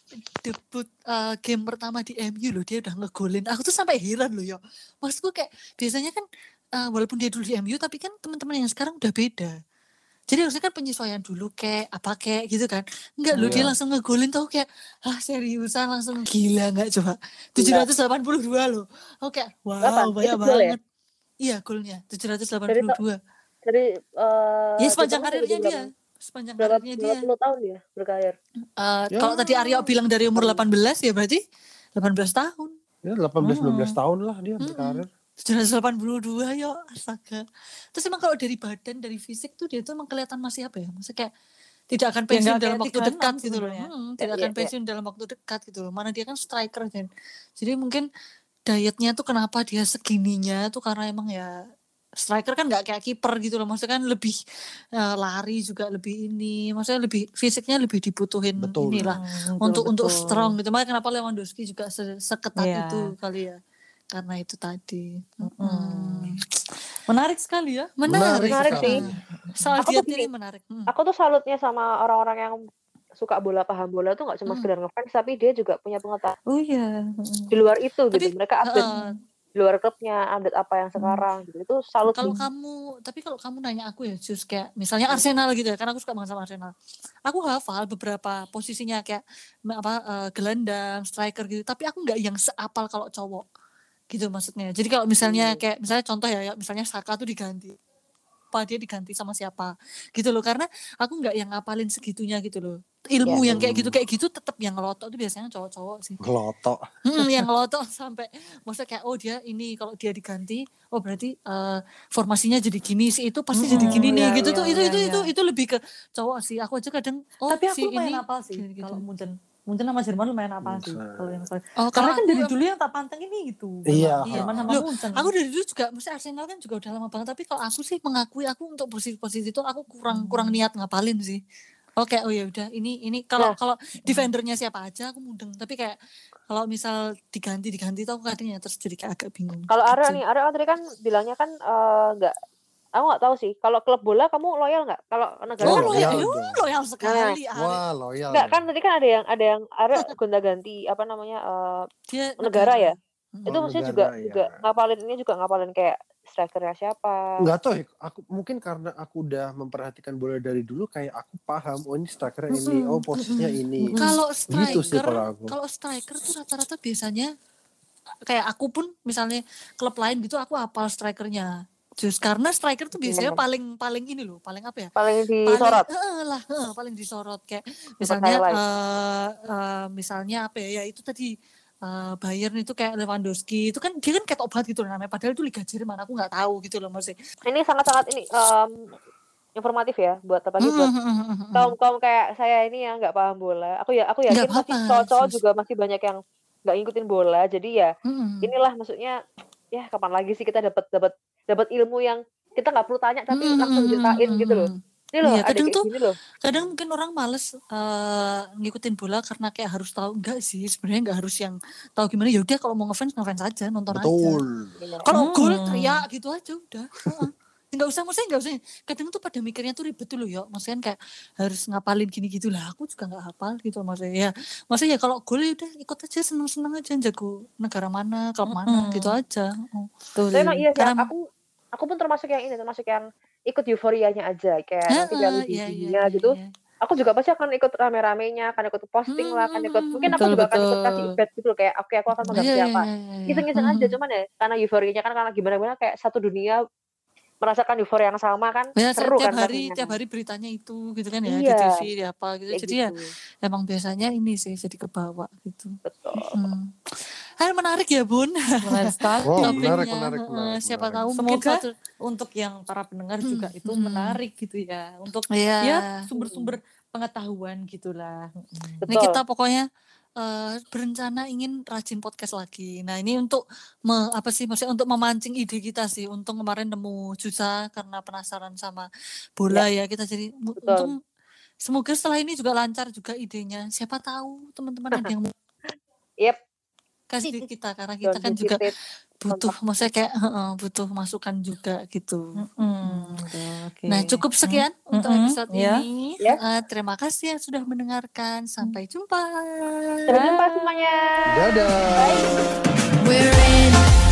debut uh, game pertama di M U loh, dia udah ngegolin. Aku tuh sampai heran loh ya. Maksudku kayak biasanya kan uh, walaupun dia dulu di M U tapi kan teman-teman yang sekarang udah beda. Jadi harusnya kan penyesuaian dulu kayak apa kayak gitu kan. Enggak loh, Iya. dia langsung ngegolin tuh kayak ah seriusan langsung gila enggak coba. tujuh ratus delapan puluh dua loh. Oke, wow Berapa? banyak Itu gol ya? banget. Iya, golnya tujuh ratus delapan Dari puluh to- dua. dari eh Ya sepanjang Jepang karirnya dari dia. berapa- Sepanjang berapa karirnya berapa dia. puluh tahun dia berkarir? Uh, Ya. Kalau tadi Aryo bilang dari umur delapan belas ya berarti delapan belas tahun. Ya delapan belas sembilan belas Hmm. tahun lah dia Mm-mm. berkarir. tujuh ratus delapan puluh dua yo astaga. Terus emang kalau dari badan, dari fisik tuh dia tuh emang kelihatan masih apa ya? Maksudnya kayak tidak akan Ya, pensiun nggak dalam kayak waktu tiga puluh enam dekat gitu loh. sebenarnya. Hmm, Ya, tidak ya, akan ya. pensiun dalam waktu dekat gitu loh. Mana dia kan striker kan. Jadi mungkin dietnya tuh kenapa dia segininya tuh karena emang ya striker kan nggak kayak kiper gitu loh. Maksudnya kan lebih uh, lari juga lebih ini. Maksudnya lebih fisiknya lebih dibutuhin Betul. inilah Hmm, untuk betul, untuk betul. strong gitu. Makanya kenapa Lewandowski juga se- seketat Iya. itu kali ya. Karena itu tadi. Mm-mm. Hmm. Menarik sekali ya. Menarik, Menarik sih. Soal Aku tuh diet gini, ini menarik. Hmm. Aku tuh salutnya sama orang-orang yang suka bola, paham bola tuh nggak cuma Hmm. sekedar ngefans, tapi dia juga punya pengetahuan Oh iya. Mm-mm. di luar itu Tapi, gitu. Mereka update uh, di luar klubnya, update apa yang sekarang gitu. Itu salut kalau sih. kamu, tapi kalau kamu nanya aku ya, Jus, kayak misalnya Arsenal gitu ya, karena aku suka banget sama Arsenal. Aku hafal beberapa posisinya kayak apa uh, gelandang, striker gitu, tapi aku nggak yang seapal kalau cowok gitu maksudnya. Jadi kalau misalnya Hmm. kayak misalnya contoh ya, ya misalnya Saka tuh diganti, apa dia diganti sama siapa gitu loh, karena aku nggak yang ngapalin segitunya gitu loh. Ilmu Ya. yang kayak gitu kayak gitu tetap yang ngelotok tuh biasanya cowok-cowok sih. Ngelotok. Hmm, yang ngelotok sampai maksudnya kayak oh dia ini kalau dia diganti oh berarti uh, formasinya jadi gini sih, itu pasti Mm-mm, jadi gini nih iya, gitu iya, tuh itu iya, itu iya. itu itu lebih ke cowok sih. Aku aja kadang oh Tapi aku si lumayan ini apal sih gitu. kalau Munchen. Munchen sama Jerman lumayan apal sih Munchen. kalau yang saya. Oh, Karena kalau kan aku dari em- dulu yang tak panteng ini gitu. Iya. Jerman sama Loh, Munchen. aku dari dulu juga mesti Arsenal kan juga udah lama banget, tapi kalau aku sih mengakui aku untuk posisi-posisi itu aku kurang Hmm. kurang niat ngapalin sih. Oke, oh ya udah ini ini kalau Nah. kalau defendernya siapa aja aku mudeng, tapi kayak kalau misal diganti diganti tuh aku kadang ya terus jadi kayak agak bingung. Kalau Aryo gitu. nih, Aryo tadi kan bilangnya kan eh, nggak, aku nggak tahu sih. Kalau klub bola kamu loyal nggak? Kalau negara Oh, Oh, loyal, loyal oh, dong. loyal sekali. Ari. Wah, loyal. nggak kan tadi kan ada yang ada yang Aryo gonta-ganti apa namanya eh, Dia negara ya. Hmm. Itu Oh, maksudnya negara, juga ya. juga ngapalin ini juga ngapalin kayak strikernya siapa. Nggak tahu ya, aku mungkin karena aku udah memperhatikan bola dari dulu, kayak aku paham oh ini strikernya ini, oh posisinya ini. Kalau Gitu sih striker, kalau aku. kalau striker tuh rata-rata biasanya kayak aku pun misalnya klub lain gitu aku hafal strikernya. Just karena striker tuh biasanya Iya. paling paling ini loh, paling apa ya? Paling Paling disorot. eh, lah, eh, paling disorot kayak misalnya highlight. eh, eh, misalnya apa ya? Ya itu tadi eh, Bayern itu kayak Lewandowski itu kan dia kan kayak obat gitu loh namanya. Padahal itu Liga Jerman aku nggak tahu gitu loh maksudnya. Ini sangat-sangat ini em, informatif ya buat apalagi buat kaum kaum kayak saya ini yang nggak paham bola. Aku ya aku Nggak yakin pasti apa-apa, cowok-cowok Sus. juga masih banyak yang nggak ngikutin bola. Jadi ya Mm-mm. inilah maksudnya ya kapan lagi sih kita dapat dapat dapat ilmu yang kita nggak perlu tanya tapi Mm-mm. langsung diceritain gitu loh. Ini loh Iya, ada kadang kayak tuh gini loh. kadang mungkin orang males eh, ngikutin bola karena kayak harus tahu. Enggak sih, sebenarnya nggak harus yang tahu gimana. Ya udah kalau mau ngefans ngefans aja, nonton aja. Betul. Kalau Hmm. gol teriak gitu aja udah. Heeh. Nggak usah, maksudnya nggak usah. Kadang tuh pada mikirnya tuh ribet tuh loh ya. Maksudnya kayak harus ngapalin gini-gitu lah. Aku juga nggak hafal gitu maksudnya. Ya, maksudnya ya kalau gol ya udah ikut aja seneng-seneng aja jago negara mana, klub mana Mm-mm. gitu aja. Oh. Betul. Tapi emang iya sih Karena- aku aku pun termasuk yang ini termasuk yang ikut euforianya aja kayak nanti Heeh, kalau di iya, iya, dunia iya, gitu. iya. Aku juga pasti akan ikut rame-ramenya, akan ikut posting lah, akan ikut Hmm, mungkin aku betul, juga akan ikut betul. kasih bet gitu loh kayak oke aku akan megang Iya, iya, siapa. iya, iya, iya. Iseng-iseng aja Hmm. cuman ya karena euforianya kan karena gimana-gimana kayak satu dunia merasakan euforia yang sama kan Ya, seru tiap kan hari pastinya. tiap hari beritanya itu gitu kan ya Iya. di T V di apa gitu. Kayak Jadi gitu. ya emang biasanya ini sih jadi kebawa gitu. Betul. Hmm. Hai, menarik ya Bun. Menarik sekali. Wow, Topiknya. menarik, menarik, Heeh, menarik, Siapa menarik. tahu mungkin Semoga satu untuk yang para pendengar Hmm, juga itu hmm. menarik gitu ya. Untuk Iya. ya sumber-sumber pengetahuan gitulah. Ini Betul. kita pokoknya uh, berencana ingin rajin podcast lagi. Nah ini untuk me, apa sih maksudnya untuk memancing ide kita sih. Untung kemarin nemu Jusa karena penasaran sama bola ya, ya kita jadi betul. Untung semoga setelah ini juga lancar juga idenya. Siapa tahu teman-teman ada yang mau yep. kasih kita karena kita kan juga butuh maksudnya kayak uh, butuh masukan juga gitu. Mm-hmm. Okay. Nah cukup sekian mm-hmm. untuk episode yeah. ini. Yeah. Uh, terima kasih yang sudah mendengarkan. Sampai jumpa. Sampai jumpa semuanya. Dadah. Bye. We're in